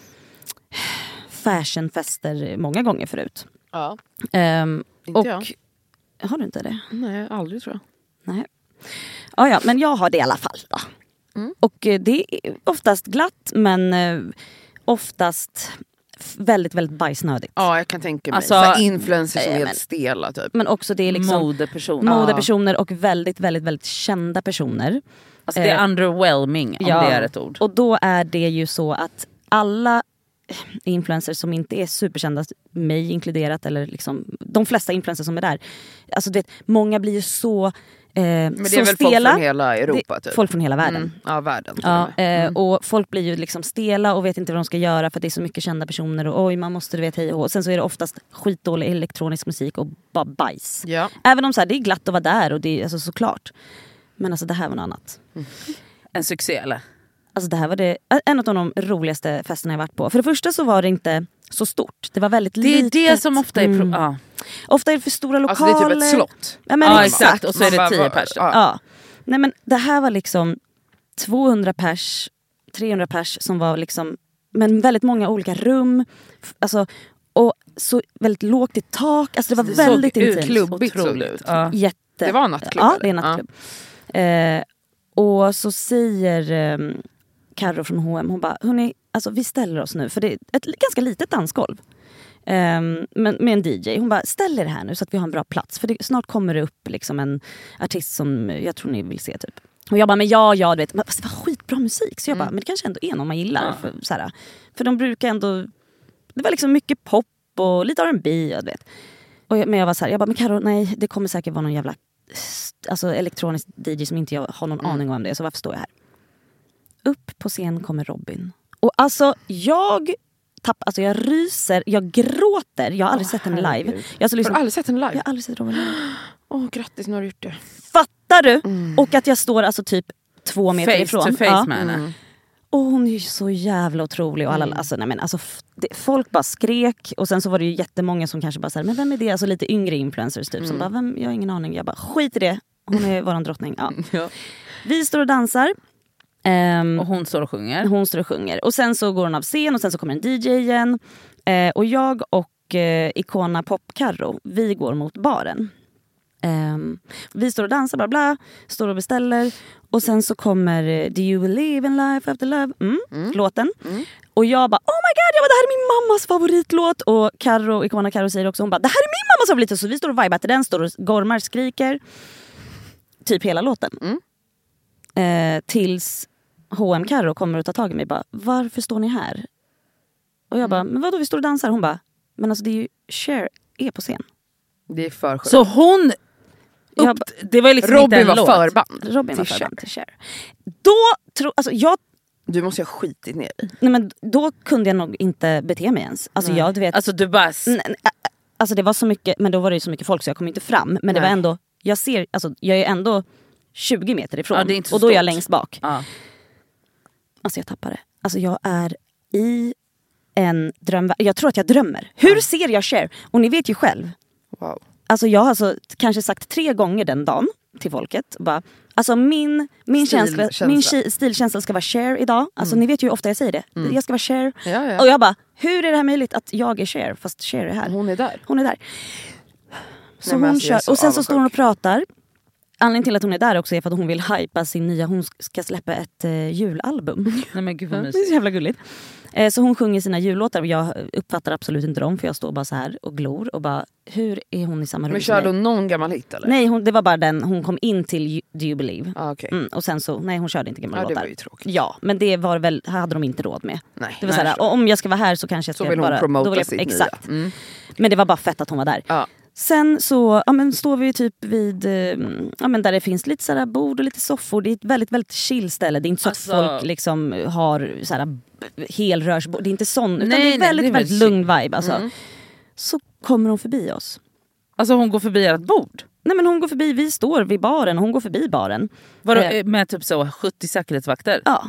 Speaker 2: fashionfester många gånger förut.
Speaker 4: Ja.
Speaker 2: Inte jag. Har du inte det?
Speaker 4: Nej, aldrig tror jag.
Speaker 2: Nej. Ja, men jag har det i alla fall då. Och det är oftast glatt, men oftast väldigt, väldigt bajsnödigt.
Speaker 4: Ja, jag kan tänka mig.
Speaker 3: Alltså,
Speaker 4: så influencers som är helt stela typ.
Speaker 2: Men också det är liksom modepersoner och väldigt, väldigt, väldigt kända personer.
Speaker 3: Alltså det är underwhelming om det är ett ord.
Speaker 2: Och då är det ju så att alla influencers som inte är superkända, mig inkluderat, eller liksom de flesta influencers som är där, alltså du vet, många blir ju så
Speaker 4: men det är
Speaker 2: så
Speaker 4: väl
Speaker 2: stela.
Speaker 4: folk från hela Europa typ.
Speaker 2: Folk från hela världen.
Speaker 4: Ja, världen.
Speaker 2: Och folk blir ju liksom stela och vet inte vad de ska göra för att det är så mycket kända personer och oj, man måste, du vet, hej och hå. Sen så är det oftast skitdålig elektronisk musik och bara bajs.
Speaker 4: Ja.
Speaker 2: Även om så här, det är glatt att vara där och det är alltså, såklart. Men alltså det här var något annat.
Speaker 3: En succé eller?
Speaker 2: Alltså det här var en av de roligaste festerna jag varit på. För det första så var det inte så stort. Det var väldigt litet.
Speaker 3: Det är det som ofta är
Speaker 2: ofta är det för stora lokaler.
Speaker 4: Alltså det är typ ett slott.
Speaker 2: Ja, men exakt.
Speaker 3: Och så är det 10 pers.
Speaker 2: Ja. Nej, men det här var liksom 200 pers, 300 pers som var liksom, men väldigt många olika rum. Alltså, och så väldigt lågt i tak. Alltså det var väldigt intimt.
Speaker 4: Klubbigt såg det ut. Det var en nattklubb.
Speaker 2: Ja, det är en nattklubb. Och så säger Karo från H&M, hon bara, hörni, alltså vi ställer oss nu, för det är ett ganska litet dansgolv. Men med en DJ. Hon bara, ställ er här nu så att vi har en bra plats. För snart kommer det upp liksom en artist som jag tror ni vill se typ. Och jag bara, men ja, du vet, men det var skitbra musik. Så jag bara, men det kanske ändå är någon man gillar. För de brukar ändå, det var liksom mycket pop och lite R&B, jag vet. Men jag var så här, jag bara, men Karo, nej, det kommer säkert vara någon jävla elektronisk DJ som inte jag har någon aning om det. Så varför står jag här? Upp på scen kommer Robin. Och alltså jag ryser, jag gråter. Jag har aldrig sett henne live.
Speaker 4: Har du aldrig sett henne live?
Speaker 2: Jag har aldrig sett Robin live.
Speaker 4: Grattis, nu har du gjort det.
Speaker 2: Fattar du? Och att jag står alltså typ 2 meter ifrån.
Speaker 3: Face to face med henne.
Speaker 2: Och hon är ju så jävla otrolig. Och alla, folk bara skrek. Och sen så var det ju jättemånga som kanske bara så här, men vem är det? Alltså lite yngre influencers typ. Som bara, jag har ingen aning. Jag bara, skit i det. Hon är våran drottning. Ja. Vi står och dansar.
Speaker 3: Och hon står och sjunger. Och sen så går hon av scen och sen så kommer en DJ igen. Och jag och Icona Pop-Karro, vi går mot baren. Vi står och dansar, bla bla, står och beställer. Och sen så kommer Do You Believe in Life After Love, låten. Och jag bara, oh my god, det här är min mammas favoritlåt. Och Icona Karro säger också, hon bara, det här är min mammas favoritlåt. Så vi står och vibar till den, står och gormar, skriker typ hela låten.
Speaker 2: Tills H&M Karo kommer och tar tag i mig och bara, varför står ni här? Och jag bara, men vadå, vi står och dansar? Hon bara, men alltså det är ju Cher är på scen.
Speaker 4: Det är för sjukt.
Speaker 3: Så hon... det var liksom
Speaker 4: Robin
Speaker 3: inte en
Speaker 4: var
Speaker 3: låt.
Speaker 4: förband.
Speaker 2: Robin var
Speaker 4: till
Speaker 2: förband
Speaker 4: Cher.
Speaker 2: till Cher. Då alltså jag...
Speaker 4: Du måste ju ha skitit ner i.
Speaker 2: Nej, men då kunde jag nog inte bete mig ens. Alltså jag, du vet...
Speaker 3: Alltså du bara...
Speaker 2: Alltså det var så mycket, men då var det ju så mycket folk så jag kom inte fram. Men det var ändå, jag är ändå 20 meter ifrån.
Speaker 3: Ja, det är inte så
Speaker 2: och då är jag
Speaker 3: stort.
Speaker 2: längst bak.
Speaker 3: Ja.
Speaker 2: Alltså jag tappade. Alltså jag är i en dröm. Jag tror att jag drömmer. Hur ser jag Cher? Och ni vet ju själv.
Speaker 4: Wow.
Speaker 2: Alltså jag har alltså kanske sagt 3 gånger den dagen till folket. Bara, alltså min stilkänsla ska vara Cher idag. Alltså ni vet ju hur ofta jag säger det. Jag ska vara Cher.
Speaker 4: Ja.
Speaker 2: Och jag bara, hur är det här möjligt att jag är Cher fast Cher är här?
Speaker 4: Hon är där.
Speaker 2: Hon är där. Så
Speaker 4: Nej, men
Speaker 2: hon
Speaker 4: alltså, jag är
Speaker 2: kör.
Speaker 4: så
Speaker 2: Och sen så
Speaker 4: avundsjuk.
Speaker 2: står hon och pratar. Anledningen till att hon är där också är för att hon vill hypa sin nya, hon ska släppa ett julalbum.
Speaker 3: Nej men gud vad
Speaker 2: Det är
Speaker 3: mysigt.
Speaker 2: så jävla gulligt. Så hon sjunger sina jullåtar och jag uppfattar absolut inte dem för jag står bara så här och glor och bara, hur är hon i samma rum
Speaker 4: Men
Speaker 2: som
Speaker 4: körde
Speaker 2: mig?
Speaker 4: hon någon gammal hit eller?
Speaker 2: Nej, det var bara den, hon kom in till Do You Believe.
Speaker 4: Okay.
Speaker 2: Och sen så, nej hon körde inte gamla
Speaker 4: Ja, det
Speaker 2: låtar.
Speaker 4: var ju tråkigt.
Speaker 2: Ja, men det var väl, hade de inte råd med.
Speaker 4: Nej.
Speaker 2: Det var så här, och om jag ska vara här så kanske jag ska
Speaker 4: Så vill hon
Speaker 2: bara...
Speaker 4: promota
Speaker 2: då vill jag,
Speaker 4: sitt
Speaker 2: exakt.
Speaker 4: nya.
Speaker 2: Men det var bara fett att hon var där.
Speaker 4: Ja.
Speaker 2: Sen så står vi typ vid, där det finns lite sådär bord och lite soffor. Det är ett väldigt, väldigt chill ställe. Det är inte så
Speaker 3: Alltså-
Speaker 2: att folk liksom har såhär helrörsbord. Det är inte sån, utan
Speaker 3: Nej,
Speaker 2: det är väldigt,
Speaker 3: det är
Speaker 2: väldigt
Speaker 3: väl
Speaker 2: lugn vibe. Alltså. Så kommer hon förbi oss.
Speaker 3: Alltså hon går förbi ert bord.
Speaker 2: Nej men hon går förbi, vi står vid baren och hon går förbi baren.
Speaker 3: Med typ så 70 säkerhetsvakter.
Speaker 2: Ja.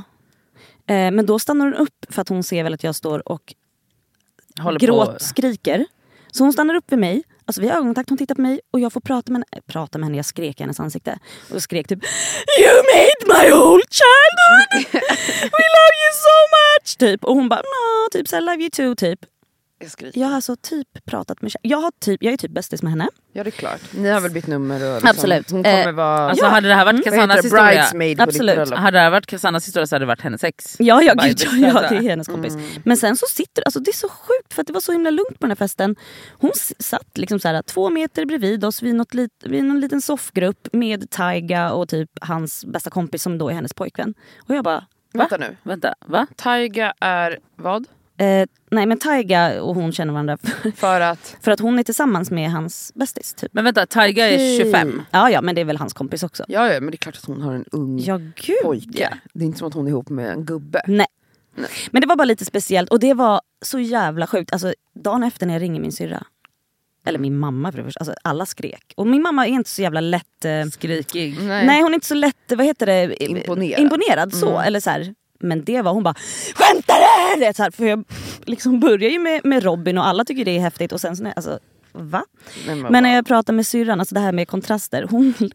Speaker 2: Men då stannar hon upp för att hon ser väl att jag står och
Speaker 3: Håller
Speaker 2: skriker. Så hon stannar upp vid mig. Alltså vi har ögonkontakt, hon tittar på mig och jag får prata med henne. Jag skrek i hennes ansikte. Och skrek typ, you made my whole childhood! We love you so much! Typ. Och hon bara, no, typ så I love you too, typ. Jag har alltså typ pratat med jag är typ bästis med henne.
Speaker 4: Ja det är klart. Ni har väl bytt nummer och liksom,
Speaker 2: Absolut.
Speaker 4: hon kommer vara...
Speaker 3: Alltså hade det här varit Cassannas historia.
Speaker 4: Bridesmaid på
Speaker 2: Absolut.
Speaker 4: ditt bröllop.
Speaker 3: Hade det här varit Cassannas historia så hade det varit hennes ex.
Speaker 2: Ja,
Speaker 3: By
Speaker 2: gud,
Speaker 3: the-
Speaker 2: ja, det är hennes kompis. Men sen så sitter, alltså det är så sjukt för att det var så himla lugnt på den här festen. Hon satt liksom så här 2 meter bredvid oss vid någon liten soffgrupp med Taiga och typ hans bästa kompis som då är hennes pojkvän. Och jag bara,
Speaker 4: Vänta nu.
Speaker 3: Vänta, va?
Speaker 4: Taiga är vad?
Speaker 2: nej men Taiga och hon känner varandra
Speaker 4: För att...
Speaker 2: för att hon är tillsammans med hans bästis typ.
Speaker 3: Men vänta, Taiga är 25.
Speaker 2: Ja, men det är väl hans kompis också.
Speaker 4: Ja, men det är klart att hon har en ung
Speaker 2: Ja, gud.
Speaker 4: pojke. Det är inte som att hon är ihop med en gubbe.
Speaker 2: Nej. Men det var bara lite speciellt och det var så jävla sjukt. Alltså dagen efter när jag ringer min syrra, eller min mamma för det första, alltså alla skrek. Och min mamma är inte så jävla lätt...
Speaker 3: Skrikig.
Speaker 2: Nej, hon är inte så lätt, vad heter det? Imponerad så, eller så här. Men det var hon bara, skämtar du? Så här, för jag liksom börjar ju med Robin och alla tycker det är häftigt och sen så alltså, va? Men när jag pratar med syrran, alltså det här med kontraster,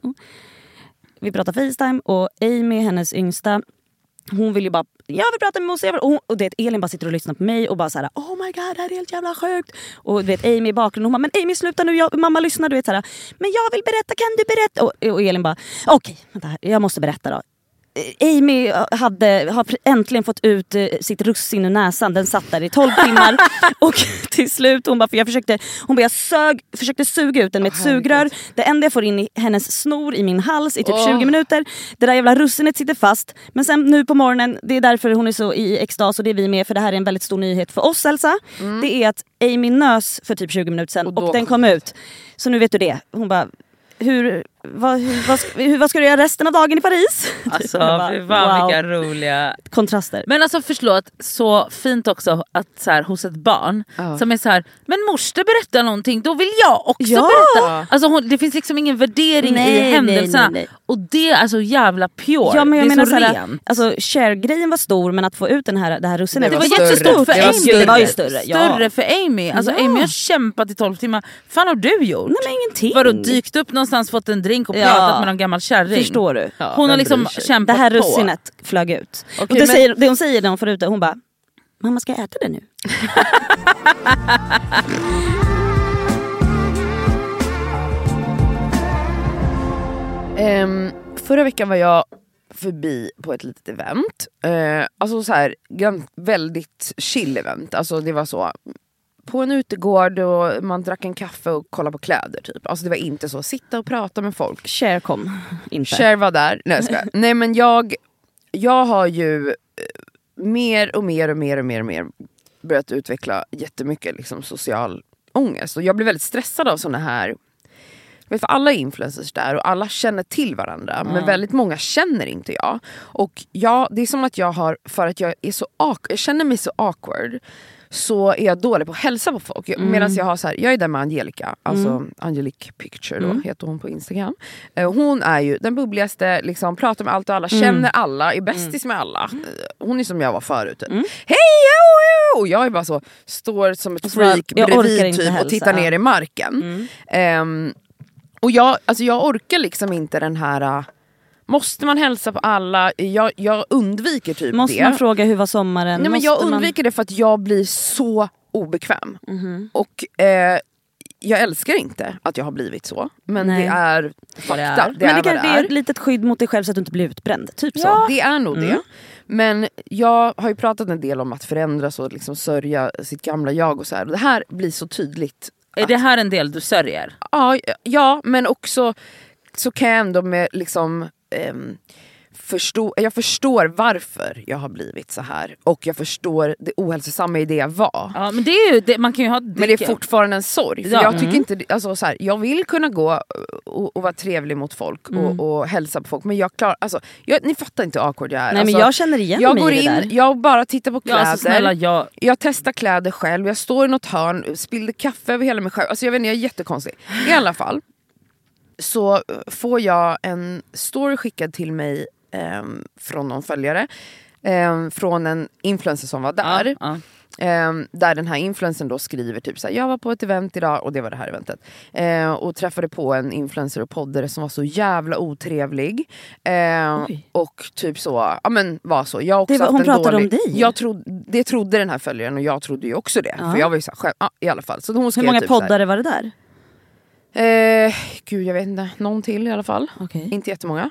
Speaker 2: vi pratar FaceTime och Amy, hennes yngsta, hon vill ju bara, jag vill prata med Mose och det Elin bara sitter och lyssnar på mig och bara så här, oh my god, det här är helt jävla sjukt. Och du vet Amy i bakgrunden, hon bara, men Amy sluta nu, mamma lyssnar, du vet så här, men jag vill berätta, kan du berätta? Och Elin bara, okej, vänta här, jag måste berätta då. Amy har äntligen fått ut sitt russin ur näsan. Den satt där i 12 timmar. Och till slut, hon bara, jag försökte suga ut den med ett sugrör. Det enda jag får in i hennes snor i min hals i typ 20 minuter. Det där jävla russinet sitter fast. Men sen nu på morgonen, det är därför hon är så i extas och det är vi med. För det här är en väldigt stor nyhet för oss, Elsa. Det är att Amy nös för typ 20 minuter sedan och den kom ut. Så nu vet du det. Hon bara, vad ska du göra resten av dagen i Paris?
Speaker 3: Alltså
Speaker 2: bara,
Speaker 3: vilka roliga
Speaker 2: kontraster.
Speaker 3: Men alltså förlåt, så fint också att så här, hos ett barn som är så här, men morster berättar någonting, då vill jag också berätta. Alltså det finns liksom ingen värdering i händelserna. Nej. Och det är så jävla pure.
Speaker 2: Ja, men jag menar
Speaker 3: så rent.
Speaker 2: Alltså Cher-grejen var stor, men att få ut det här russinet,
Speaker 3: det var jättestort för Amy.
Speaker 2: Det var ju större.
Speaker 3: Större för Amy. Alltså Amy har kämpat i 12 timmar. Fan har du gjort?
Speaker 2: Nej, men ingenting.
Speaker 3: Vadå, dykt upp någonstans, fått en drink och pratat med någon gammal kärring?
Speaker 2: Förstår du?
Speaker 3: Ja, hon har liksom kämpat
Speaker 2: det här
Speaker 3: på.
Speaker 2: russinet flög ut.
Speaker 4: Okay,
Speaker 2: och det hon säger när hon får ut det, hon bara, mamma ska jag äta det nu?
Speaker 4: Förra veckan var jag förbi på ett litet event. Alltså så här, väldigt chill event. Alltså det var så på en utegård och man drack en kaffe och kollade på kläder typ. Alltså det var inte så, sitta och prata med folk.
Speaker 2: Cher kom inte.
Speaker 4: Cher var där. Nej men jag har ju mer börjat utveckla jättemycket liksom social ångest. Och jag blir väldigt stressad av såna här, för alla är influencers där och alla känner till varandra. Men väldigt många känner inte jag. Och det är som att jag har, för att jag är så jag känner mig så awkward, så är jag dålig på att hälsa på folk. Medan jag har så här, jag är där med Angelica, alltså Angelique Picture då, heter hon på Instagram. Hon är ju den bubbligaste, liksom, pratar med allt och alla, känner alla, är bästis med alla. Hon är som jag var förut. Hej! Och jag är bara så, står som ett freak bredvid typ, och tittar ner i marken. Och jag orkar liksom inte den här... Måste man hälsa på alla? Jag undviker typ
Speaker 2: Måste man fråga hur var sommaren?
Speaker 4: Nej, men jag undviker det för att jag blir så obekväm. Och jag älskar inte att jag har blivit så. Men det är fakta.
Speaker 2: Men det kanske är ett litet skydd mot dig själv så att du inte blir utbränd. Typ så.
Speaker 4: Ja, det är nog det. Men jag har ju pratat en del om att förändras och liksom sörja sitt gamla jag och så här. Och det här blir så tydligt.
Speaker 3: Är det här en del du sörjer?
Speaker 4: Ja, men också så kan jag ändå med liksom... jag förstår varför jag har blivit så här. Och jag förstår det ohälsosamma i det jag var.
Speaker 3: Ja, men det är ju det, man kan ju ha.
Speaker 4: Men det är fortfarande en sorg. För jag tycker inte, alltså, så här, jag vill kunna gå och vara trevlig mot folk och hälsa på folk. Men jag klarar, alltså, ni fattar inte hur awkward jag är.
Speaker 2: Nej,
Speaker 4: alltså,
Speaker 2: men jag känner igen mig i det där.
Speaker 4: Jag bara tittar på kläder.
Speaker 3: Ja, alltså, snälla,
Speaker 4: jag testar kläder själv. Jag står i något hörn, spillde kaffe över hela mig själv. Alltså, jag vet inte, jag är jättekonstig. I alla fall så får jag en story skickad till mig från någon följare, från en influencer som var där. Där den här influencern då skriver typ såhär, jag var på ett event idag, och det var det här eventet, och träffade på en influencer och poddare som var så jävla otrevlig, och typ så, ja men var så. Jag också
Speaker 2: hon pratade om dig?
Speaker 4: Det trodde den här följaren, och jag trodde ju också det, för jag var ju såhär, i alla fall. Så hon skrev
Speaker 2: hur många
Speaker 4: typ
Speaker 2: poddare var det där?
Speaker 4: Gud, jag vet inte, någon till i alla fall.
Speaker 2: Okay.
Speaker 4: Inte jättemånga.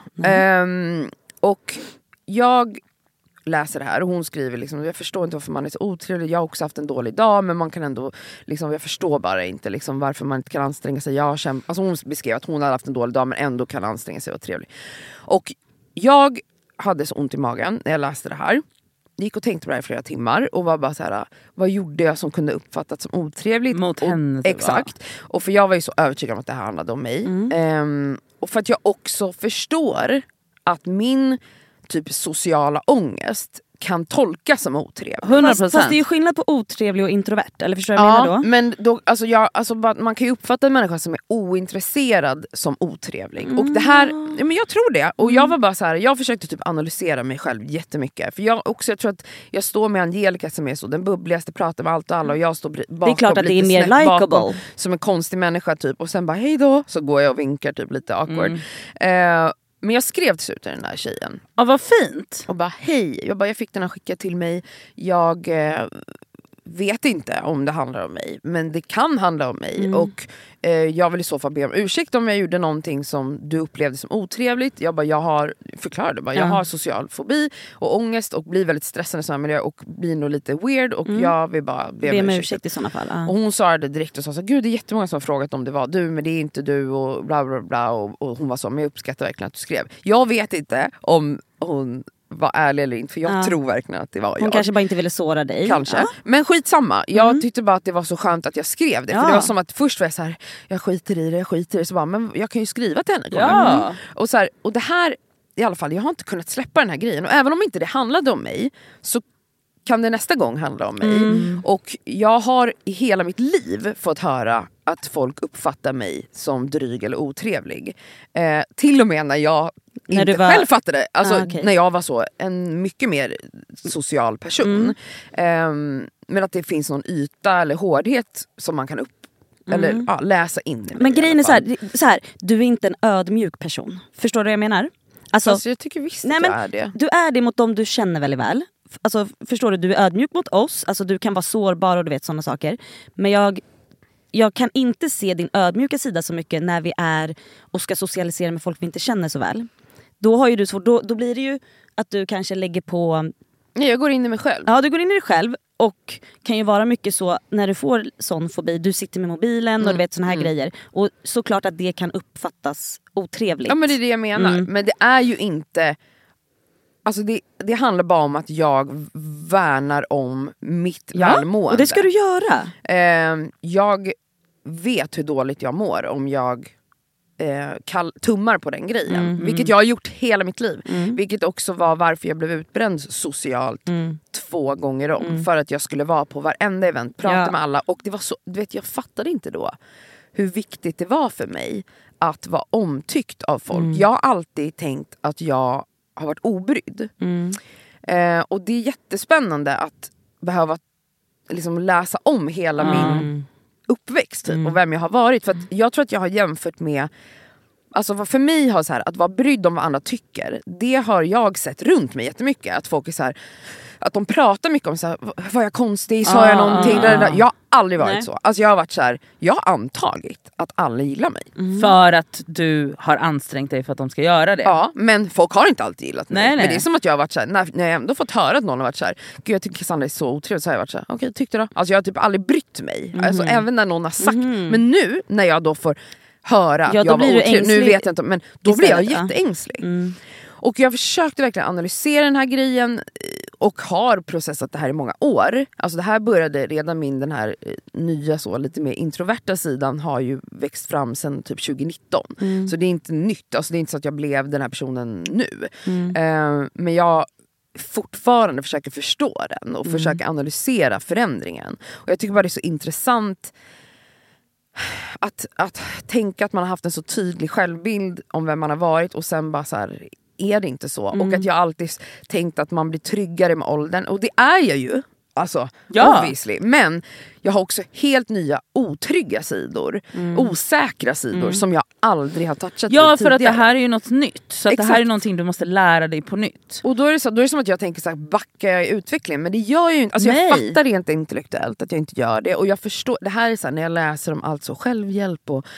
Speaker 4: Och jag läser det här och hon skriver liksom, jag förstår inte varför man är så otrevlig. Jag har också haft en dålig dag, men man kan ändå liksom, jag förstår bara inte liksom, varför man inte kan anstränga sig. Alltså hon beskrev att hon hade haft en dålig dag men ändå kan anstränga sig och vara trevlig. Och jag hade så ont i magen när jag läste det här. Gick och tänkte på det här i flera timmar och var bara så här, vad gjorde jag som kunde uppfattas som otrevligt
Speaker 3: mot henne?
Speaker 4: Exakt. Och för jag var ju så övertygad om att det här handlade om mig. Och för att jag också förstår att min typ sociala ångest kan tolkas som otrevlig.
Speaker 2: 100%. Fast det är ju skillnad på otrevlig och introvert. Eller förstår du vad jag menar då?
Speaker 4: Men då, man kan ju uppfatta en människa som är ointresserad som otrevlig. Och det här, men jag tror det. Och jag var bara så här, jag försökte typ analysera mig själv jättemycket. För jag tror att jag står med Angelica som är så den bubbligaste, pratar med allt och alla, och jag står bakom.
Speaker 2: Det är klart att det är mer likeable.
Speaker 4: Som en konstig människa typ. Och sen bara hej då, så går jag och vinkar typ lite awkward. Men jag skrev till slut till den där tjejen.
Speaker 3: Ja, vad fint.
Speaker 4: Och bara hej, jag fick den här skickad till mig. Jag vet inte om det handlar om mig, men det kan handla om mig. Och jag vill i så fall be om ursäkt om jag gjorde någonting som du upplevde som otrevligt. Jag har social fobi och ångest och blir väldigt stressad i sådana miljöer och blir nog lite weird, och jag vill bara be om ursäkt
Speaker 2: i sådana fall.
Speaker 4: Och hon svarade direkt och sa så, gud det är jättemånga som har frågat om det var du, men det är inte du och bla bla bla, och hon var så, men jag uppskattar verkligen att du skrev. Jag vet inte om hon var ärlig eller inte, för jag tror verkligen att det var jag.
Speaker 2: Hon kanske bara inte ville såra dig.
Speaker 4: Kanske. Men skitsamma. Jag tyckte bara att det var så skönt att jag skrev det. För det var som att först var jag så här, jag skiter i det. Så bara, men jag kan ju skriva till henne. Och, så här, och det här, i alla fall, jag har inte kunnat släppa den här grejen. Och även om inte det handlade om mig, så kan det nästa gång handla om mig. Och jag har i hela mitt liv fått höra att folk uppfattar mig som dryg eller otrevlig. Till och med när jag själv fattade. Alltså när jag var så en mycket mer social person. Men att det finns någon yta eller hårdhet som man kan eller läsa in i mig.
Speaker 2: Men grejen är så här, du är inte en ödmjuk person. Förstår du vad jag menar?
Speaker 4: Alltså jag tycker visst att jag är det.
Speaker 2: Du är det mot dem du känner väldigt väl. Alltså, förstår du är ödmjuk mot oss. Alltså, du kan vara sårbar och du vet sådana saker. Men jag kan inte se din ödmjuka sida så mycket när vi är och ska socialisera med folk vi inte känner så väl. Då har ju du svårt, då blir det ju att du kanske lägger på
Speaker 4: Nej, jag går in i mig själv.
Speaker 2: Ja, du går in i dig själv. Och kan ju vara mycket så när du får sån fobi, du sitter med mobilen och du vet såna här grejer. Och såklart att det kan uppfattas otrevligt.
Speaker 4: Ja, men det är det jag menar. Men det är ju inte... Alltså det handlar bara om att jag värnar om mitt välmående.
Speaker 2: Och det ska du göra.
Speaker 4: Jag vet hur dåligt jag mår om jag tummar på den grejen. Vilket jag har gjort hela mitt liv. Vilket också var varför jag blev utbränd socialt 2 gånger om. För att jag skulle vara på varenda event, prata med alla. Och det var så, du vet, jag fattade inte då hur viktigt det var för mig att vara omtyckt av folk. Jag har alltid tänkt att jag har varit obrydd. Och det är jättespännande att behöva liksom läsa om hela min uppväxt typ, och vem jag har varit. För att jag tror att jag har jämfört med... Alltså för mig har så här, att vara brydd om vad andra tycker, det har jag sett runt mig jättemycket. Att folk är så här, att de pratar mycket om så här, var jag konstig, sa jag någonting? Jag har aldrig varit så. Alltså jag har varit så här, jag har antagit att alla gillar mig.
Speaker 3: För att du har ansträngt dig för att de ska göra det.
Speaker 4: Ja, men folk har inte alltid gillat mig.
Speaker 3: Nej.
Speaker 4: Men det är som att jag har varit så här, när jag ändå fått höra att någon har varit så här, gud jag tycker Cassandra är så otrevlig, så har jag varit så här, okej, tyckte då? Alltså jag har typ aldrig brytt mig. Alltså även när någon har sagt. Men nu när jag då får höra att jag var otrevlig, nu vet jag inte, men då blir jag jätteängslig. Och jag försökte verkligen analysera den här grejen och har processat det här i många år. Alltså det här började redan den här nya så lite mer introverta sidan har ju växt fram sedan typ 2019. Så det är inte nytt, alltså det är inte så att jag blev den här personen nu. Men jag fortfarande försöker förstå den och försöker analysera förändringen. Och jag tycker bara det är så intressant att tänka att man har haft en så tydlig självbild om vem man har varit och sen bara så här, är det inte så? Och att jag alltid tänkt att man blir tryggare med åldern. Och det är jag ju. Alltså, obviously. Men jag har också helt nya otrygga sidor. Osäkra sidor som jag aldrig har touchat.
Speaker 3: Ja, för att det här är ju något nytt. Så att det här är någonting du måste lära dig på nytt.
Speaker 4: Och då är det som att jag tänker så här, backar jag i utvecklingen? Men det gör jag ju inte. Alltså jag fattar rent intellektuellt att jag inte gör det. Och jag förstår, det här är så här, när jag läser om allt så självhjälp och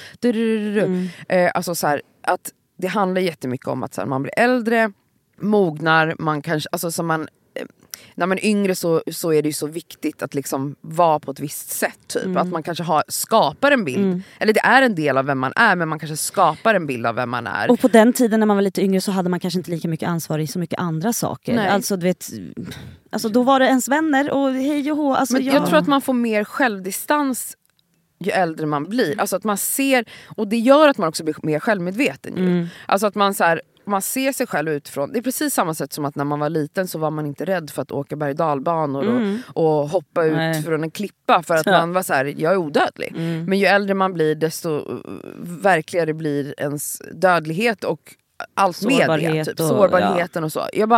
Speaker 4: alltså så här, att det handlar jättemycket om att så här, man blir äldre, mognar, man kanske, alltså så man, när man är yngre så är det ju så viktigt att liksom vara på ett visst sätt typ. Att man kanske skapar en bild, eller det är en del av vem man är, men man kanske skapar en bild av vem man är.
Speaker 2: Och på den tiden när man var lite yngre så hade man kanske inte lika mycket ansvar i så mycket andra saker.
Speaker 4: Nej.
Speaker 2: Alltså du vet, alltså då var det ens vänner och hej och hå. Alltså,
Speaker 4: men jag tror att man får mer självdistans ju äldre man blir. Alltså att man ser, och det gör att man också blir mer självmedveten ju. Alltså att man så här, man ser sig själv utifrån. Det är precis samma sätt som att när man var liten så var man inte rädd för att åka berg- och dalbanor och hoppa ut från en klippa för att man var så här, jag är odödlig. Men ju äldre man blir desto verkligare blir ens dödlighet och allt med det, typ sårbarheten och så. Jag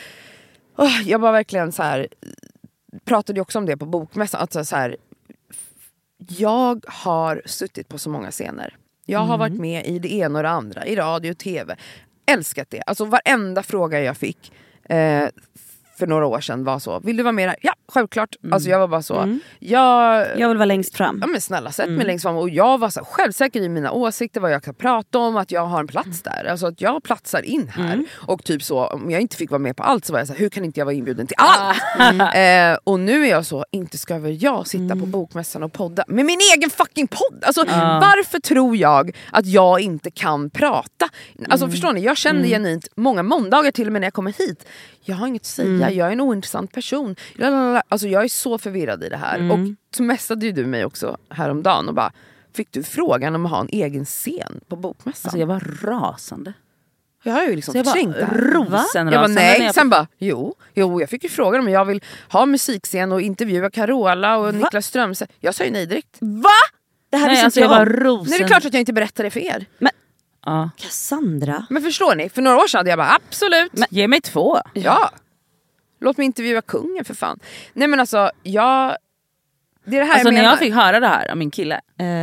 Speaker 4: bara verkligen så här, pratade ju också om det på bokmässan, att så här, jag har suttit på så många scener. Jag har varit med i det ena och det andra, i radio och tv. Älskat det. Alltså varenda fråga jag fick för några år sedan var så, vill du vara med där? Ja, självklart. Alltså jag var bara så. Jag
Speaker 2: vill vara längst fram.
Speaker 4: Ja men snälla, sätt mig längst fram. Och jag var så självsäker i mina åsikter, vad jag kan prata om, att jag har en plats där. Alltså att jag platsar in här. Och typ så, om jag inte fick vara med på allt så var jag så här, hur kan inte jag vara inbjuden till allt? Och nu är jag så, inte ska väl jag sitta på bokmässan och podda med min egen fucking podd. Alltså varför tror jag att jag inte kan prata? Alltså förstår ni, jag kände genuint många måndagar till och med när jag kommer hit. Jag har inget att säga, jag är en ointressant person. Alltså jag är så förvirrad i det här. Och så mässade ju du mig också häromdagen och bara, fick du frågan om att ha en egen scen på bokmässan?
Speaker 3: Alltså jag var rasande.
Speaker 4: Jag har ju liksom
Speaker 3: förträngt det.
Speaker 4: Jag bara nej, sen bara jo, jag fick ju frågan om jag vill ha musikscen och intervjua Carola och Niklas Strömstedt. Jag sa ju nej direkt.
Speaker 2: Va? Det här är
Speaker 3: alltså jag var rosen.
Speaker 4: Nej, det är klart att jag inte berättar det för er.
Speaker 2: Men Cassandra.
Speaker 4: Men förstår ni, för några år sedan hade jag bara absolut.
Speaker 3: Men, ge mig 2.
Speaker 4: Ja. Låt mig intervjua kungen för fan. Nej men alltså, det är det här
Speaker 3: alltså
Speaker 4: jag menar.
Speaker 3: när jag fick höra det här av min kille,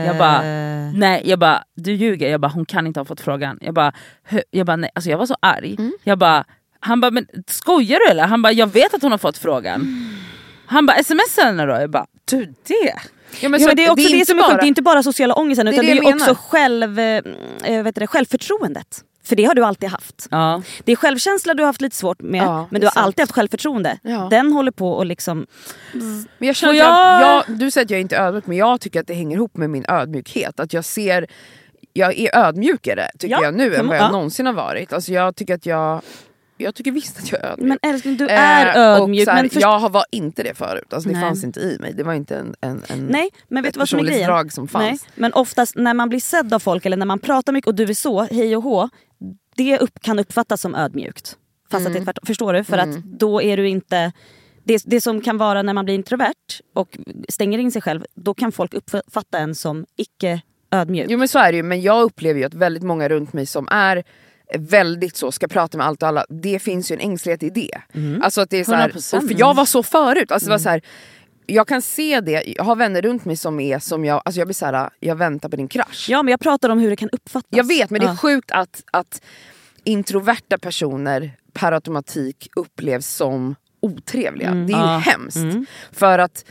Speaker 3: jag bara, du ljuger. Jag bara, hon kan inte ha fått frågan. Jag bara nej, alltså jag var så arg. Han bara, men skojar du eller? Han bara, jag vet att hon har fått frågan. Han bara, smsar henne då? Jag bara, du det.
Speaker 2: Ja, men det är också det som är sjukt, det är inte bara sociala ångesten utan det är också självförtroendet. För det har du alltid haft.
Speaker 3: Ja.
Speaker 2: Det är självkänsla du har haft lite svårt med, men du har alltid haft självförtroende.
Speaker 5: Ja.
Speaker 2: Den håller på och liksom...
Speaker 5: Men jag känner du säger att jag inte är ödmjuk, men jag tycker att det hänger ihop med min ödmjukhet. Att jag är ödmjukare tycker jag nu än vad jag någonsin har varit. Alltså jag tycker visst att jag är ödmjuk.
Speaker 2: Men älskling, du är ödmjuk.
Speaker 5: Och
Speaker 2: men
Speaker 5: jag var inte det förut. Alltså det fanns inte i mig. Det var inte en
Speaker 2: nej, men vet du vad som är grejen?
Speaker 5: drag som fanns.
Speaker 2: Nej, men oftast när man blir sedd av folk eller när man pratar mycket och du är så, hej och hå, det kan uppfattas som ödmjukt. Fast att det är tvärtom. Förstår du? För att då är du inte... Det som kan vara när man blir introvert och stänger in sig själv, då kan folk uppfatta en som icke ödmjuk.
Speaker 5: Jo men så är det ju, men jag upplever ju att väldigt många runt mig som är väldigt så, ska prata med allt och alla, det finns ju en ängslighet i det. Alltså att det är så här, och för jag var så förut, alltså det var så här, jag kan se det, jag har vänner runt mig som är som jag, alltså jag blir så här, jag väntar på din krasch.
Speaker 2: Ja, men jag pratar om hur det kan uppfattas.
Speaker 5: Jag vet, men det är sjukt att introverta personer per automatik upplevs som otrevliga. Det är ju hemskt. För att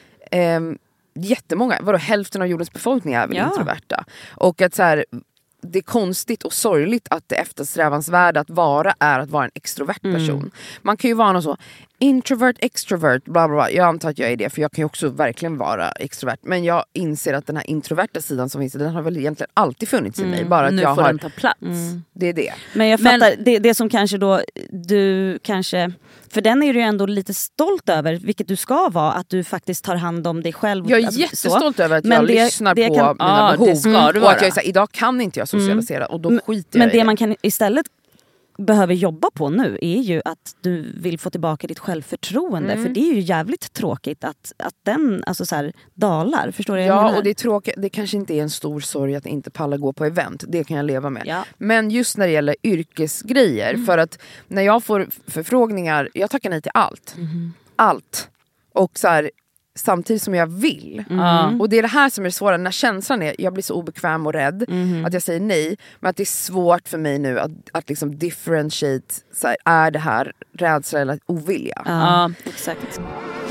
Speaker 5: jättemånga, hälften av jordens befolkning är väl introverta. Och att så här, det är konstigt och sorgligt att det eftersträvansvärda att vara är att vara en extrovert person. Man kan ju vara någon så introvert, extrovert, bla bla bla. Jag antar att jag är det, för jag kan ju också verkligen vara extrovert. Men jag inser att den här introverta sidan som finns, den har väl egentligen alltid funnits i mig. Bara att
Speaker 3: nu
Speaker 5: jag
Speaker 3: får
Speaker 5: har
Speaker 3: den ta plats.
Speaker 5: Det är det.
Speaker 2: Men jag fattar, det som kanske då du kanske... För den är du ju ändå lite stolt över, vilket du ska vara, att du faktiskt tar hand om dig själv.
Speaker 5: Jag är jättestolt över att jag lyssnar på mina behov.
Speaker 3: Det ska du
Speaker 5: och att jag är så här, idag kan inte jag socialisera och då skiter jag
Speaker 2: Men
Speaker 5: i
Speaker 2: det man kan istället behöver jobba på nu är ju att du vill få tillbaka ditt självförtroende. För det är ju jävligt tråkigt att den alltså så här, dalar. Förstår du?
Speaker 5: Ja, och det är tråkigt. Det kanske inte är en stor sorg att inte palla gå på event. Det kan jag leva med. Ja. Men just när det gäller yrkesgrejer, för att när jag får förfrågningar, jag tackar nej till allt. Allt. Och så här, samtidigt som jag vill. Och det är det här som är svåra. När känslan är, jag blir så obekväm och rädd att jag säger nej. Men att det är svårt för mig nu att liksom differentiate, så här, är det här rädsla eller ovilja?
Speaker 2: Ja, exakt.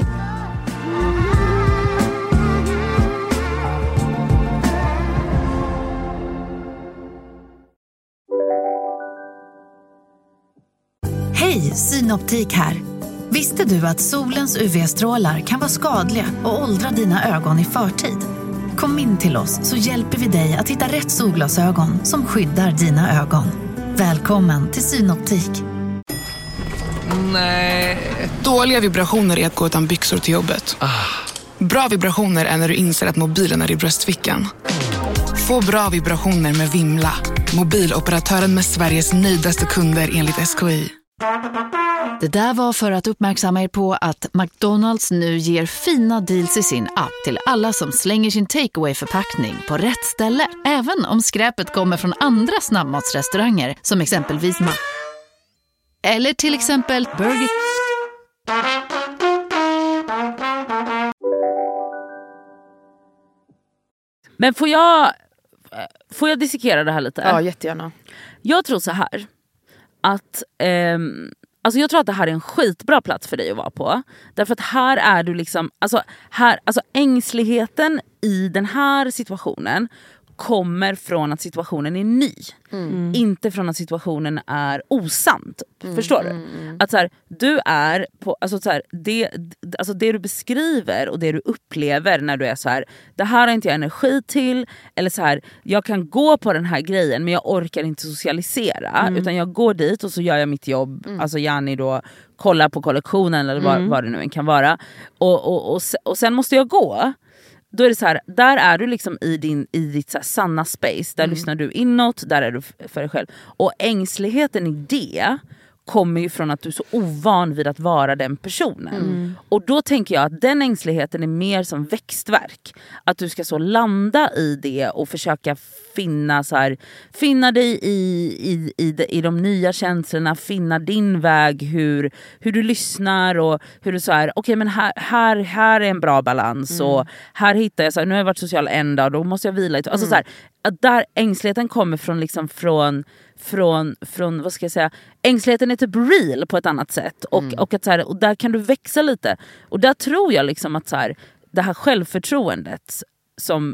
Speaker 6: Hej, Synoptik här. Visste du att solens UV-strålar kan vara skadliga och åldra dina ögon i förtid? Kom in till oss så hjälper vi dig att hitta rätt solglasögon som skyddar dina ögon. Välkommen till Synoptik.
Speaker 7: Nej. Dåliga vibrationer är att gå utan byxor till jobbet. Bra vibrationer är när du inser att mobilen är i bröstfickan. Få bra vibrationer med Vimla. Mobiloperatören med Sveriges nöjdaste kunder enligt SKI.
Speaker 6: Det där var för att uppmärksamma er på att McDonalds nu ger fina deals i sin app till alla som slänger sin takeaway-förpackning på rätt ställe. Även om skräpet kommer från andra snabbmatsrestauranger som exempelvis eller till exempel Burger.
Speaker 3: Men får jag dissekera det här lite?
Speaker 5: Ja, jättegärna.
Speaker 3: Jag tror så här att alltså jag tror att det här är en skitbra plats för dig att vara på. Därför att här är du liksom, alltså ängsligheten i den här situationen kommer från att situationen är ny. Inte från att situationen är osann. Förstår du? Att så här, du är på, alltså så här, det du beskriver och det du upplever när du är så här, det här har inte jag energi till, eller så här, jag kan gå på den här grejen men jag orkar inte socialisera, utan jag går dit och så gör jag mitt jobb, alltså Janni då kollar på kollektionen eller vad det nu än kan vara, och sen måste jag gå. Då är det så här, där är du liksom i ditt så här sanna space. Där lyssnar du inåt, där är du för dig själv. Och ängsligheten i det kommer ju från att du är så ovan vid att vara den personen. Och då tänker jag att den ängsligheten är mer som växtverk. Att du ska så landa i det och försöka finna dig i de nya känslorna, finna din väg, hur du lyssnar och hur du så här, okej, men här är en bra balans och här hittar jag så här, nu har jag varit social en dag, då måste jag vila lite. Alltså så här, att där ängsligheten kommer från liksom från vad ska jag säga, ängsligheten är typ real på ett annat sätt och att så här, och där kan du växa lite, och där tror jag liksom att så här, det här självförtroendet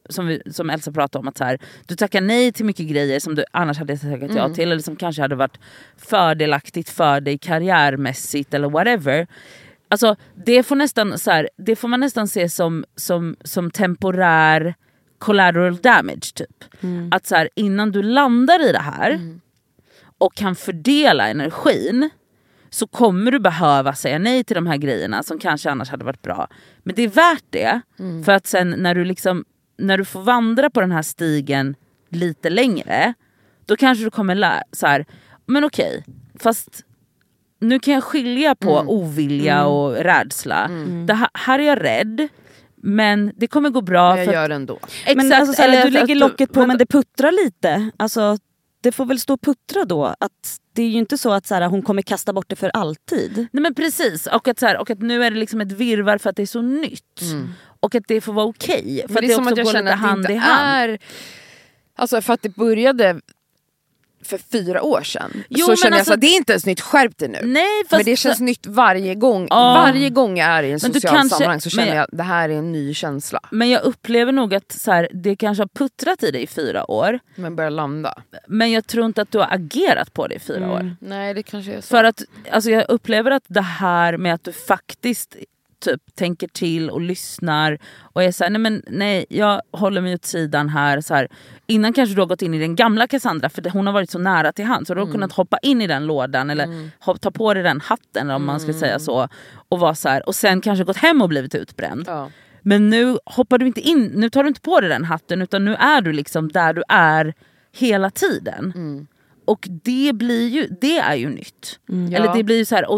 Speaker 3: som Elsa pratade om, att så här, du tackar nej till mycket grejer som du annars hade tackat ja till, eller som kanske hade varit fördelaktigt för dig karriärmässigt eller whatever. Alltså det får nästan så här, det får man nästan se som temporär collateral damage typ. Att så här, innan du landar i det här och kan fördela energin, så kommer du behöva säga nej till de här grejerna som kanske annars hade varit bra. Men det är värt det. För att sen när du får vandra på den här stigen lite längre, då kanske du kommer så här, men okej, fast nu kan jag skilja på ovilja och rädsla. Det här är jag rädd, men det kommer gå bra.
Speaker 4: Jag
Speaker 3: för
Speaker 4: gör det ändå.
Speaker 2: Men
Speaker 3: Exakt,
Speaker 2: alltså, eller du lägger locket på,
Speaker 3: men
Speaker 2: men det puttrar lite. Alltså, det får väl stå och puttra då. Att det är ju inte så att så här, hon kommer kasta bort det för alltid.
Speaker 3: Nej men precis, och att nu är det liksom ett virvar för att det är så nytt. Och att det får vara okej. För
Speaker 4: Men det är som att jag känner att det inte är... Alltså för att det började för 4 år sedan.
Speaker 3: Jo,
Speaker 4: så
Speaker 3: men
Speaker 4: känner jag
Speaker 3: alltså,
Speaker 4: så att det är inte ens nytt, skärp det nu.
Speaker 3: Nej, fast
Speaker 4: men det känns nytt varje gång. Varje gång jag är i en
Speaker 3: Men du
Speaker 4: social
Speaker 3: kanske-
Speaker 4: sammanhang så känner
Speaker 3: men-
Speaker 4: jag att det här är en ny känsla.
Speaker 3: Men jag upplever nog att så här, det kanske har puttrat i dig i 4 år.
Speaker 4: Men börjar landa.
Speaker 3: Men jag tror inte att du har agerat på det i 4 år.
Speaker 4: Nej, det kanske är så.
Speaker 3: För att alltså, jag upplever att det här med att du faktiskt typ tänker till och lyssnar och är såhär, nej jag håller mig åt sidan här, så här. Innan kanske du har gått in i den gamla Cassandra, för hon har varit så nära till hand, så du har kunnat hoppa in i den lådan eller ta på dig den hatten, eller om man ska säga så, och vara så här, och sen kanske gått hem och blivit utbränd.
Speaker 4: Ja.
Speaker 3: Men nu hoppar du inte in, nu tar du inte på dig den hatten, utan nu är du liksom där du är hela tiden. Och det är ju nytt. Eller det blir ju så här,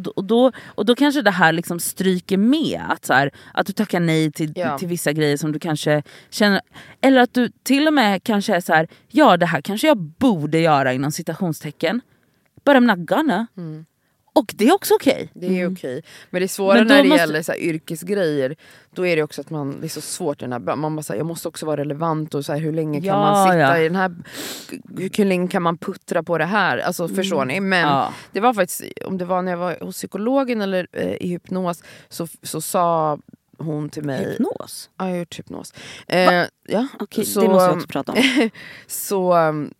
Speaker 3: och då kanske det här liksom stryker med att, så här, att du tackar nej till vissa grejer som du kanske känner, eller att du till och med kanske är så här, ja det här kanske jag borde göra inom citationstecken, but I'm not gonna. Och det är också okej.
Speaker 4: Det är okej. Men det är svårare
Speaker 3: Men då
Speaker 4: när det
Speaker 3: måste-
Speaker 4: gäller så här yrkesgrejer. Då är det också att det är så svårt. Den här, man bara säger, jag måste också vara relevant. Och så här, hur länge kan man sitta i den här... Hur länge kan man puttra på det här? Alltså förstår ni? Men det var faktiskt, om det var när jag var hos psykologen eller i hypnos, så sa hon till mig...
Speaker 2: Hypnos?
Speaker 4: Ja, jag har gjort hypnos. Ja,
Speaker 2: Okej,
Speaker 4: så,
Speaker 2: det måste vi också prata om.
Speaker 4: så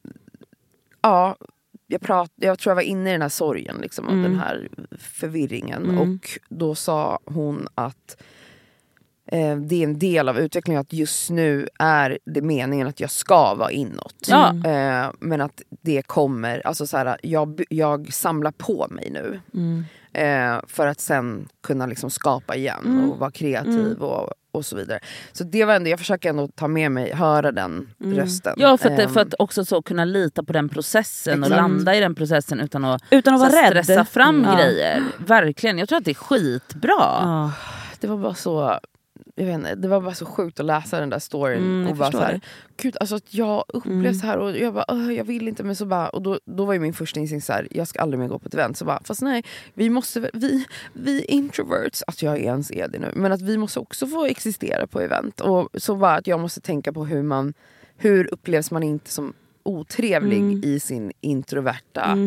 Speaker 4: ja, jag tror jag var inne i den här sorgen liksom, av den här förvirringen. Och då sa hon att det är en del av utvecklingen, att just nu är det meningen att jag ska vara inåt. Men att det kommer, alltså så här, jag samlar på mig nu. För att sen kunna liksom skapa igen och vara kreativ och så vidare. Så det var ändå, jag försöker ändå ta med mig, höra den rösten.
Speaker 3: Ja, för att också så kunna lita på den processen och landa i den processen utan att
Speaker 2: vara rädd.
Speaker 3: stressa fram grejer. Verkligen, jag tror att det är skitbra.
Speaker 4: Det var bara så... Jag vet inte, det var bara så sjukt att läsa den där storyn och bara så här, gud, alltså att jag upplevde så här, och jag bara, jag vill inte, men så bara, och då var ju min första instinkt så här, jag ska aldrig mer gå på ett event, så bara, fast nej, vi måste, vi introverts, att jag ens är det nu, men att vi måste också få existera på event, och så bara att jag måste tänka på hur upplevs man inte som otrevlig i sin introverta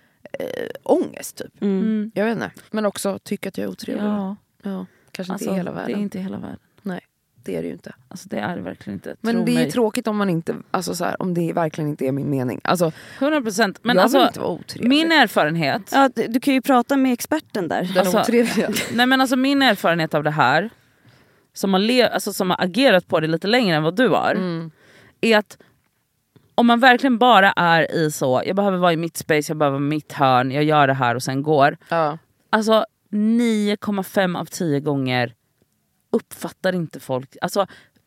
Speaker 4: ångest typ. Jag vet inte, men också tycka att jag är otrevlig. Ja. Kanske
Speaker 3: Alltså,
Speaker 4: inte hela världen.
Speaker 3: det är inte hela världen.
Speaker 4: Nej, det är det ju inte.
Speaker 3: Alltså, det är det verkligen inte.
Speaker 4: Men det är ju tråkigt om man inte, alltså så här, om det verkligen inte är min mening. Alltså,
Speaker 3: 100%. Men
Speaker 4: jag
Speaker 3: alltså,
Speaker 4: vill inte vara otrevlig.
Speaker 3: min erfarenhet...
Speaker 2: Ja, du kan ju prata med experten där.
Speaker 4: Den
Speaker 3: alltså,
Speaker 4: otrevliga.
Speaker 3: Nej, men alltså min erfarenhet av det här, som har agerat på det lite längre än vad du har, är att om man verkligen bara är i så, jag behöver vara i mitt space, jag behöver vara i mitt hörn, jag gör det här och sen går. Alltså 9,5 av 10 gånger uppfattar inte folk, alltså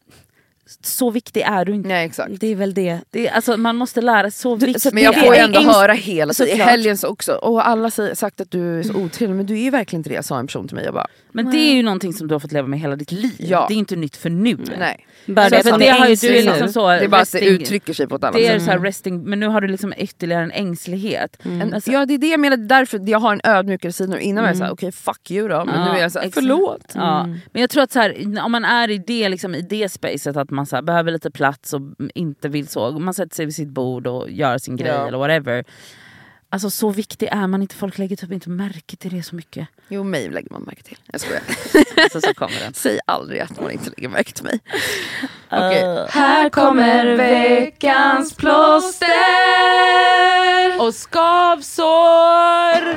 Speaker 3: så viktig är du inte.
Speaker 4: Nej, exakt.
Speaker 2: Det är väl det.
Speaker 3: Alltså, man måste lära sig så viktigt.
Speaker 4: Men jag får ju ändå höra hela tiden, i
Speaker 2: såklart.
Speaker 4: helgen så också, och alla har sagt att du är så otrevlig, men du är ju verkligen inte det, sa en person till mig. Jag bara,
Speaker 3: Men det är ju någonting som du har fått leva med hela ditt liv.
Speaker 4: Ja.
Speaker 3: Det är inte nytt för nu.
Speaker 4: nej.
Speaker 2: Bara
Speaker 3: Så
Speaker 2: det,
Speaker 3: att
Speaker 2: för
Speaker 3: det har ju, du är
Speaker 2: ängslig
Speaker 3: liksom
Speaker 2: nu.
Speaker 3: så
Speaker 4: Det är bara att det
Speaker 3: resting,
Speaker 4: uttrycker sig på ett annat
Speaker 3: det är
Speaker 4: sätt.
Speaker 3: så här resting, men nu har du liksom ytterligare en ängslighet. Alltså,
Speaker 4: Ja, det är det jag menar, därför jag har en ödmjukare sida nu. Innan var jag såhär, okej, fuck you då. Men nu är jag såhär,
Speaker 3: exakt.
Speaker 4: förlåt.
Speaker 3: Ja. Men jag tror att så här, om man är i det, liksom, i det spacet, att man så här, behöver lite plats och inte vill så, man sätter sig vid sitt bord och gör sin grej eller whatever. Alltså så viktig är man inte. Folk lägger typ inte märke till det så mycket.
Speaker 4: Jo, mig lägger man märke till. Jag skojar.
Speaker 3: Så kommer den.
Speaker 4: Säg aldrig att man inte lägger märke till mig. Okej.
Speaker 1: Här kommer veckans plåster.
Speaker 3: Och skavsår!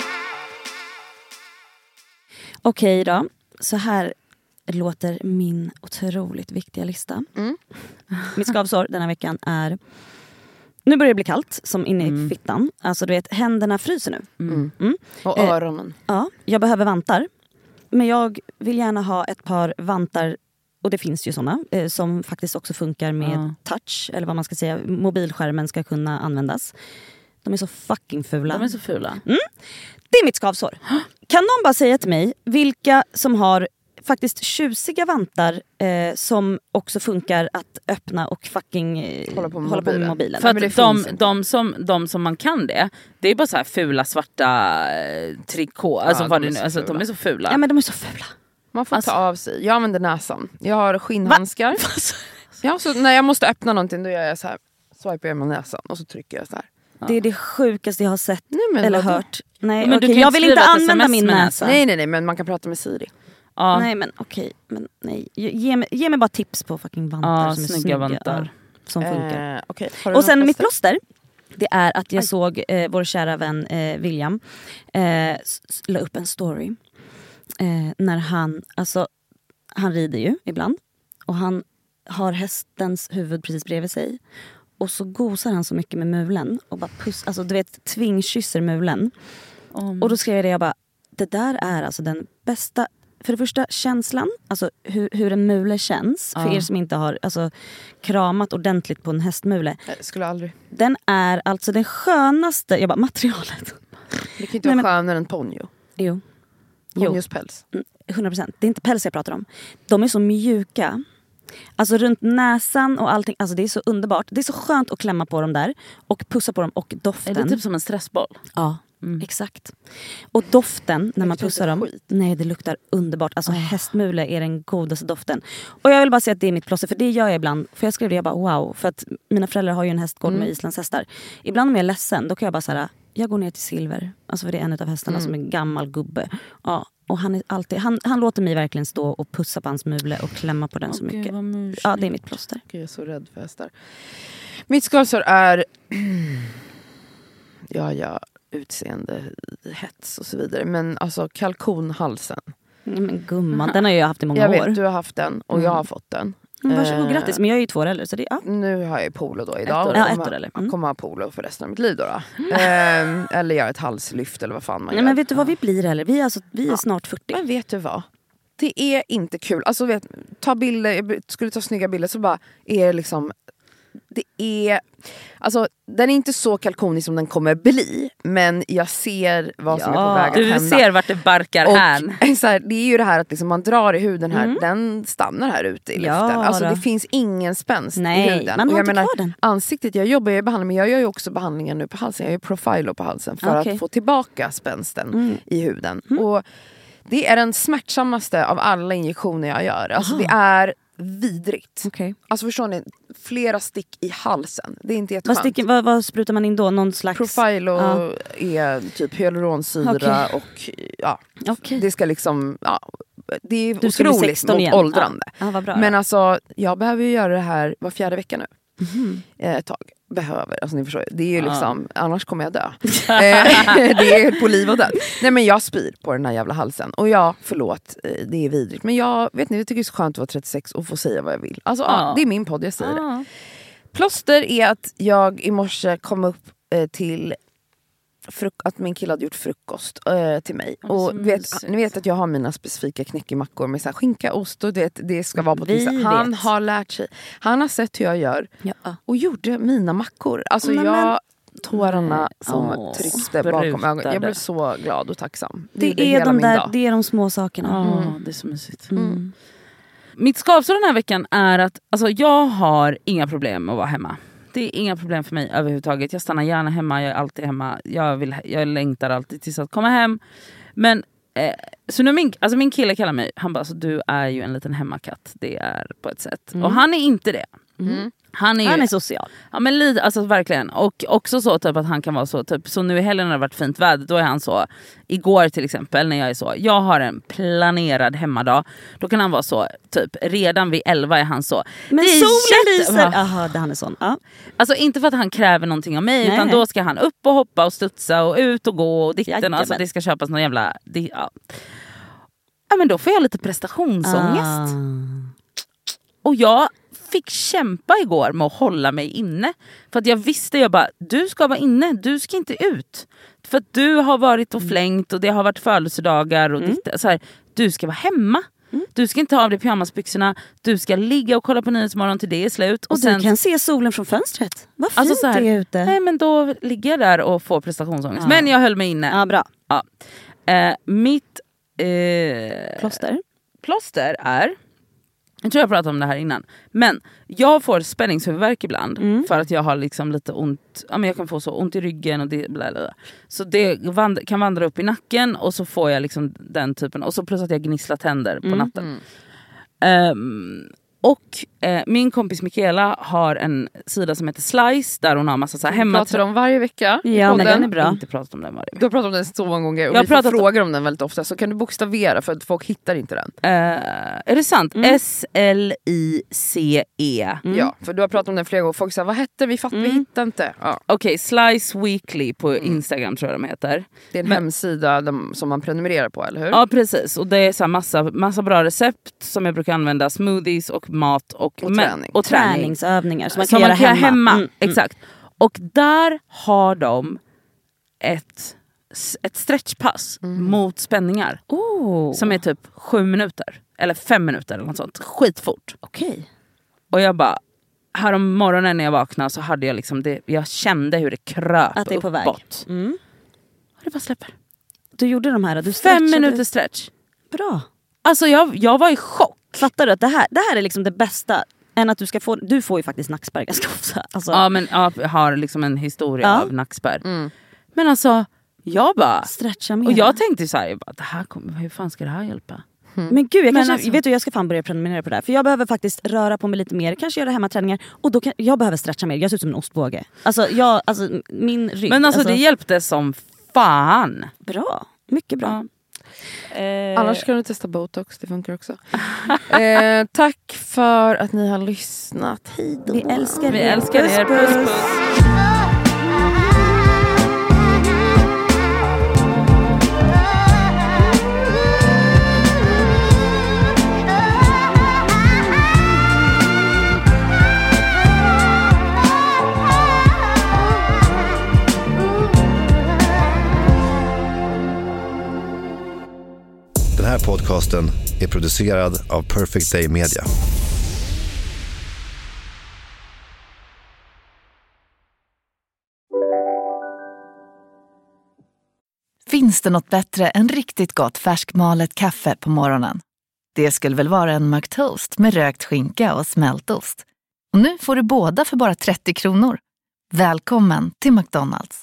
Speaker 2: Okej då, så här låter min otroligt viktiga lista. Mitt skavsår denna veckan är... Nu börjar det bli kallt, som inne i fittan. Alltså du vet, händerna fryser nu.
Speaker 4: Och öronen.
Speaker 2: Ja, jag behöver vantar. Men jag vill gärna ha ett par vantar, och det finns ju såna, som faktiskt också funkar med touch, eller vad man ska säga, mobilskärmen ska kunna användas. De är så fucking fula.
Speaker 3: De är så fula.
Speaker 2: Det är mitt skavsår. Kan någon bara säga till mig vilka som har faktiskt tjusiga vantar som också funkar att öppna och fucking hålla på med mobilen?
Speaker 3: För att de som man kan det är bara så här fula svarta trikå. Alltså, vad det nu, alltså de är så fula.
Speaker 2: Ja, men de är så fula.
Speaker 4: Man får ta av sig. Jag använder näsan. Jag har skinnhandskar. Ja, så när jag måste öppna någonting, då gör jag så här. Swipar jag med näsan och så trycker jag så här.
Speaker 2: Det är det sjukaste jag har sett
Speaker 4: men
Speaker 2: eller
Speaker 4: vadå?
Speaker 2: hört. Nej,
Speaker 3: Men du
Speaker 2: okej,
Speaker 3: kan
Speaker 2: jag
Speaker 3: inte
Speaker 2: vill inte
Speaker 3: skriva ett
Speaker 2: använda
Speaker 3: SMS
Speaker 2: min
Speaker 3: med
Speaker 2: näsa.
Speaker 4: Nej, men man kan prata med Siri.
Speaker 3: Ja.
Speaker 2: Nej, men okej. Men nej. Ge mig bara tips på fucking vantar som är snygga
Speaker 3: vantar.
Speaker 2: som funkar.
Speaker 4: Okay.
Speaker 2: Och sen mitt plåster, det är att jag såg vår kära vän William la upp en story när han rider ju ibland och han har hästens huvud precis bredvid sig och så gosar han så mycket med mulen och bara alltså du vet, tvingkysser mulen. Och då skrev jag det, jag bara, det där är alltså den bästa, för det första känslan, alltså hur en mule känns, för er som inte har alltså, kramat ordentligt på en hästmule.
Speaker 4: Jag skulle aldrig.
Speaker 2: Den är alltså den skönaste, jag bara, materialet.
Speaker 4: Det kan inte vara skönare än ponyo.
Speaker 2: Jo.
Speaker 4: Ponyos päls.
Speaker 2: 100%. Det är inte päls jag pratar om. De är så mjuka. Alltså runt näsan och allting. Alltså det är så underbart. Det är så skönt att klämma på dem där. Och pussa på dem och doften.
Speaker 3: Är det typ som en stressboll?
Speaker 2: Ja, exakt. Och doften när man pussar dem.
Speaker 4: Skit.
Speaker 2: Nej, det luktar underbart. Alltså hästmule är den godaste doften. Och jag vill bara säga att det är mitt plåster. För det gör jag ibland. För jag skrev det, jag bara wow. För att mina föräldrar har ju en hästgård med islandshästar. Ibland om jag är ledsen, då kan jag bara säga, jag går ner till Silver. Alltså för det är en av hästarna som är en gammal gubbe. Ja. Och han är alltid, han låter mig verkligen stå och pussa på hans mule och klämma på den så mycket. Ja, det är mitt plåster.
Speaker 4: Jag är så rädd för hästar. Mitt skavsår är utseende, hets och så vidare. Men alltså kalkonhalsen.
Speaker 2: Men gumman, den har jag haft i många år.
Speaker 4: Jag vet, du har haft den och jag har fått den.
Speaker 2: Varsågod, grattis. Men jag är ju 2 år äldre. Så det,
Speaker 4: Nu har jag ju polo då idag.
Speaker 2: Ett år eller?
Speaker 4: Jag kommer ha polo för resten av mitt liv då. Eller göra ett halslyft eller vad fan man gör.
Speaker 2: Men vet du vad vi blir heller? Vi är snart 40.
Speaker 4: Men vet du vad? Det är inte kul. Alltså ta bilder, jag skulle ta snygga bilder så bara är liksom... Det är... Alltså den är inte så kalkonig som den kommer bli. Men jag ser vad som är på väg att hända.
Speaker 3: Du ser vart det barkar än.
Speaker 4: Så här, det är ju det här att liksom man drar i huden här. Den stannar här ute i luften. Alltså det finns ingen spänst i huden.
Speaker 2: Man
Speaker 4: och jag menar,
Speaker 2: den.
Speaker 4: ansiktet, jag jobbar i behandling. Men jag gör ju också behandlingar nu på halsen. Jag gör profiler på halsen. För att få tillbaka spänsten i huden. Och det är den smärtsammaste av alla injektioner jag gör. Alltså det är vidrigt. Alltså förstår ni, flera stick i halsen. Det är inte jätteskönt.
Speaker 2: Vad sprutar man in då? Någon slags...
Speaker 4: Profilo är typ hyaluronsyra och det ska liksom det är otroligt mot åldrande. Men alltså jag behöver ju göra det här var 4:e vecka nu. Ett tag. Behöver, alltså ni förstår, det är ju liksom annars kommer jag dö. Det är på liv och död. Nej men jag spyr på den här jävla halsen. Och förlåt, det är vidrigt. Men jag tycker det är så skönt att vara 36 och få säga vad jag vill. Alltså det är min podd, jag säger det. Plåster är att jag i morse kom upp till att min kille hade gjort frukost till mig. Och ni vet att jag har mina specifika knäckemackor med så här skinka, ost och det ska vara på tisdag. Han har lärt sig. Han har sett hur jag gör och gjorde mina mackor. Alltså tårarna som tryckte bakom ögonen. Jag blev så glad och tacksam.
Speaker 2: Det är de små sakerna.
Speaker 3: Det är så mysigt. Mitt skavsår den här veckan är att alltså, jag har inga problem med att vara hemma. Det är inga problem för mig överhuvudtaget. Jag stannar gärna hemma, jag är alltid hemma. Jag längtar alltid tills att komma hem. Men så nu min kille kallar mig, han bara, alltså, du är ju en liten hemmakatt. Det är på ett sätt. Och han är inte det. Han är
Speaker 2: social.
Speaker 3: Ja men lite, alltså verkligen. Och också så typ att han kan vara så typ, så nu i helgen när det har varit fint väder, då är han så, igår till exempel när jag är så, jag har en planerad hemmadag, då kan han vara så typ, redan vid 11 är han så,
Speaker 2: men solen lyser. Jaha, han är sån. Ja.
Speaker 3: Alltså inte för att han kräver någonting av mig, utan då ska han upp och hoppa och studsa och ut och gå och ditten, alltså det ska köpas någon jävla ja men då får jag lite prestationsångest. Och jag fick kämpa igår med att hålla mig inne. För att jag visste, jag bara, du ska vara inne, du ska inte ut. För att du har varit och flängt och det har varit födelsedagar och så här, du ska vara hemma. Du ska inte ha av dig pyjamasbyxorna, du ska ligga och kolla på Nyhetsmorgon till det är slut.
Speaker 2: Och sen, du kan se solen från fönstret. Vad fint
Speaker 3: alltså så här,
Speaker 2: det är ute.
Speaker 3: Nej men då ligger jag där och får prestationsångest. Men jag höll mig inne.
Speaker 2: Ja, bra.
Speaker 3: Ja. Mitt plåster är, jag tror jag pratade om det här innan, men jag får spänningshuvudvärk ibland för att jag har liksom lite ont, ja men jag kan få så ont i ryggen och det blablabla. Så det kan vandra upp i nacken och så får jag liksom den typen, och så plus att jag gnisslar tänder på natten. Och min kompis Mikaela har en sida som heter Slice där hon har massa så här hemma.
Speaker 4: Pratar om varje vecka.
Speaker 2: Ja, men den är bra.
Speaker 3: Jag har inte pratat om den varje vecka.
Speaker 4: Du har pratat om den så många gånger och vi får frågor om den väldigt ofta, så kan du bokstavera för att folk hittar inte den.
Speaker 3: Är det sant? SLICE.
Speaker 4: Ja, för du har pratat om den flera gånger. Folk säger, vad hette vi? Vi hittar inte. Ja.
Speaker 3: Okej, Slice Weekly på Instagram tror jag de heter.
Speaker 4: Det är en hemsida som man prenumererar på, eller hur?
Speaker 3: Ja, precis. Och det är så här massa bra recept som jag brukar använda. Smoothies och mat och träning. Och
Speaker 2: träningsövningar som man kan göra hemma.
Speaker 3: Exakt. Och där har de ett stretchpass mot spänningar. Som är typ 7 minuter. Eller 5 minuter eller något sånt. Skitfort.
Speaker 2: Okej.
Speaker 3: Och jag bara, här om morgonen när jag vaknade så hade jag liksom det, jag kände hur det kröp
Speaker 2: att det är på
Speaker 3: uppåt. Och det bara släpper.
Speaker 2: Du gjorde de här, du
Speaker 3: 5 minuter stretch.
Speaker 2: Bra.
Speaker 3: Alltså jag var i chock.
Speaker 2: Fattar du att det här är liksom det bästa än att du får ju faktiskt nackspärr ganska ofta. Alltså.
Speaker 3: Ja, men jag har liksom en historia av nackspärr. Men alltså, jag bara
Speaker 2: stretcha mer.
Speaker 3: Och jag tänkte så här, hur fan ska det här hjälpa?
Speaker 2: Men gud, jag ska fan börja prenumerera på det här. För jag behöver faktiskt röra på mig lite mer. Kanske göra hemmaträningar. Och då jag behöver stretcha mer. Jag ser ut som en ostbåge. Alltså min rygg.
Speaker 3: Men alltså det hjälpte som fan.
Speaker 2: Bra, mycket bra.
Speaker 4: Annars kan du testa Botox, det funkar också. Tack för att ni har lyssnat.
Speaker 2: Vi älskar er.
Speaker 3: Puss, puss.
Speaker 8: Den här podcasten är producerad av Perfect Day Media.
Speaker 6: Finns det något bättre än riktigt gott färskmalet kaffe på morgonen? Det skulle väl vara en McToast med rökt skinka och smältost. Och nu får du båda för bara 30 kronor. Välkommen till McDonald's.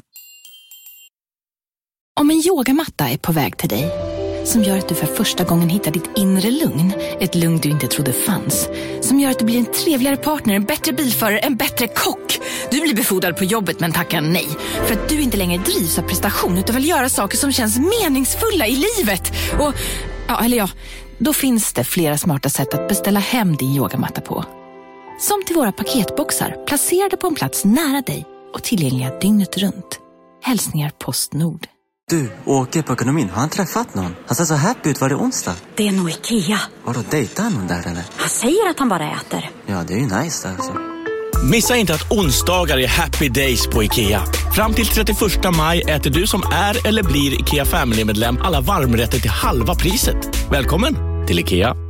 Speaker 9: Om en yogamatta är på väg till dig, som gör att du för första gången hittar ditt inre lugn, ett lugn du inte trodde fanns, som gör att du blir en trevligare partner, en bättre bilförare, en bättre kock. Du blir befordrad på jobbet men tackar nej, för att du inte längre drivs av prestation utan vill göra saker som känns meningsfulla i livet. Och, då finns det flera smarta sätt att beställa hem din yogamatta på. Som till våra paketboxar, placerade på en plats nära dig och tillgängliga dygnet runt. Hälsningar Postnord.
Speaker 10: Du, åker på ekonomin. Har han träffat någon? Han ser så happy ut. Var det onsdag?
Speaker 11: Det är nog Ikea.
Speaker 10: Har du dejtat någon där eller?
Speaker 11: Han säger att han bara äter.
Speaker 10: Ja, det är ju nice där alltså.
Speaker 12: Missa inte att onsdagar är happy days på Ikea. Fram till 31 maj äter du som är eller blir Ikea Family-medlem alla varmrätter till halva priset. Välkommen till Ikea.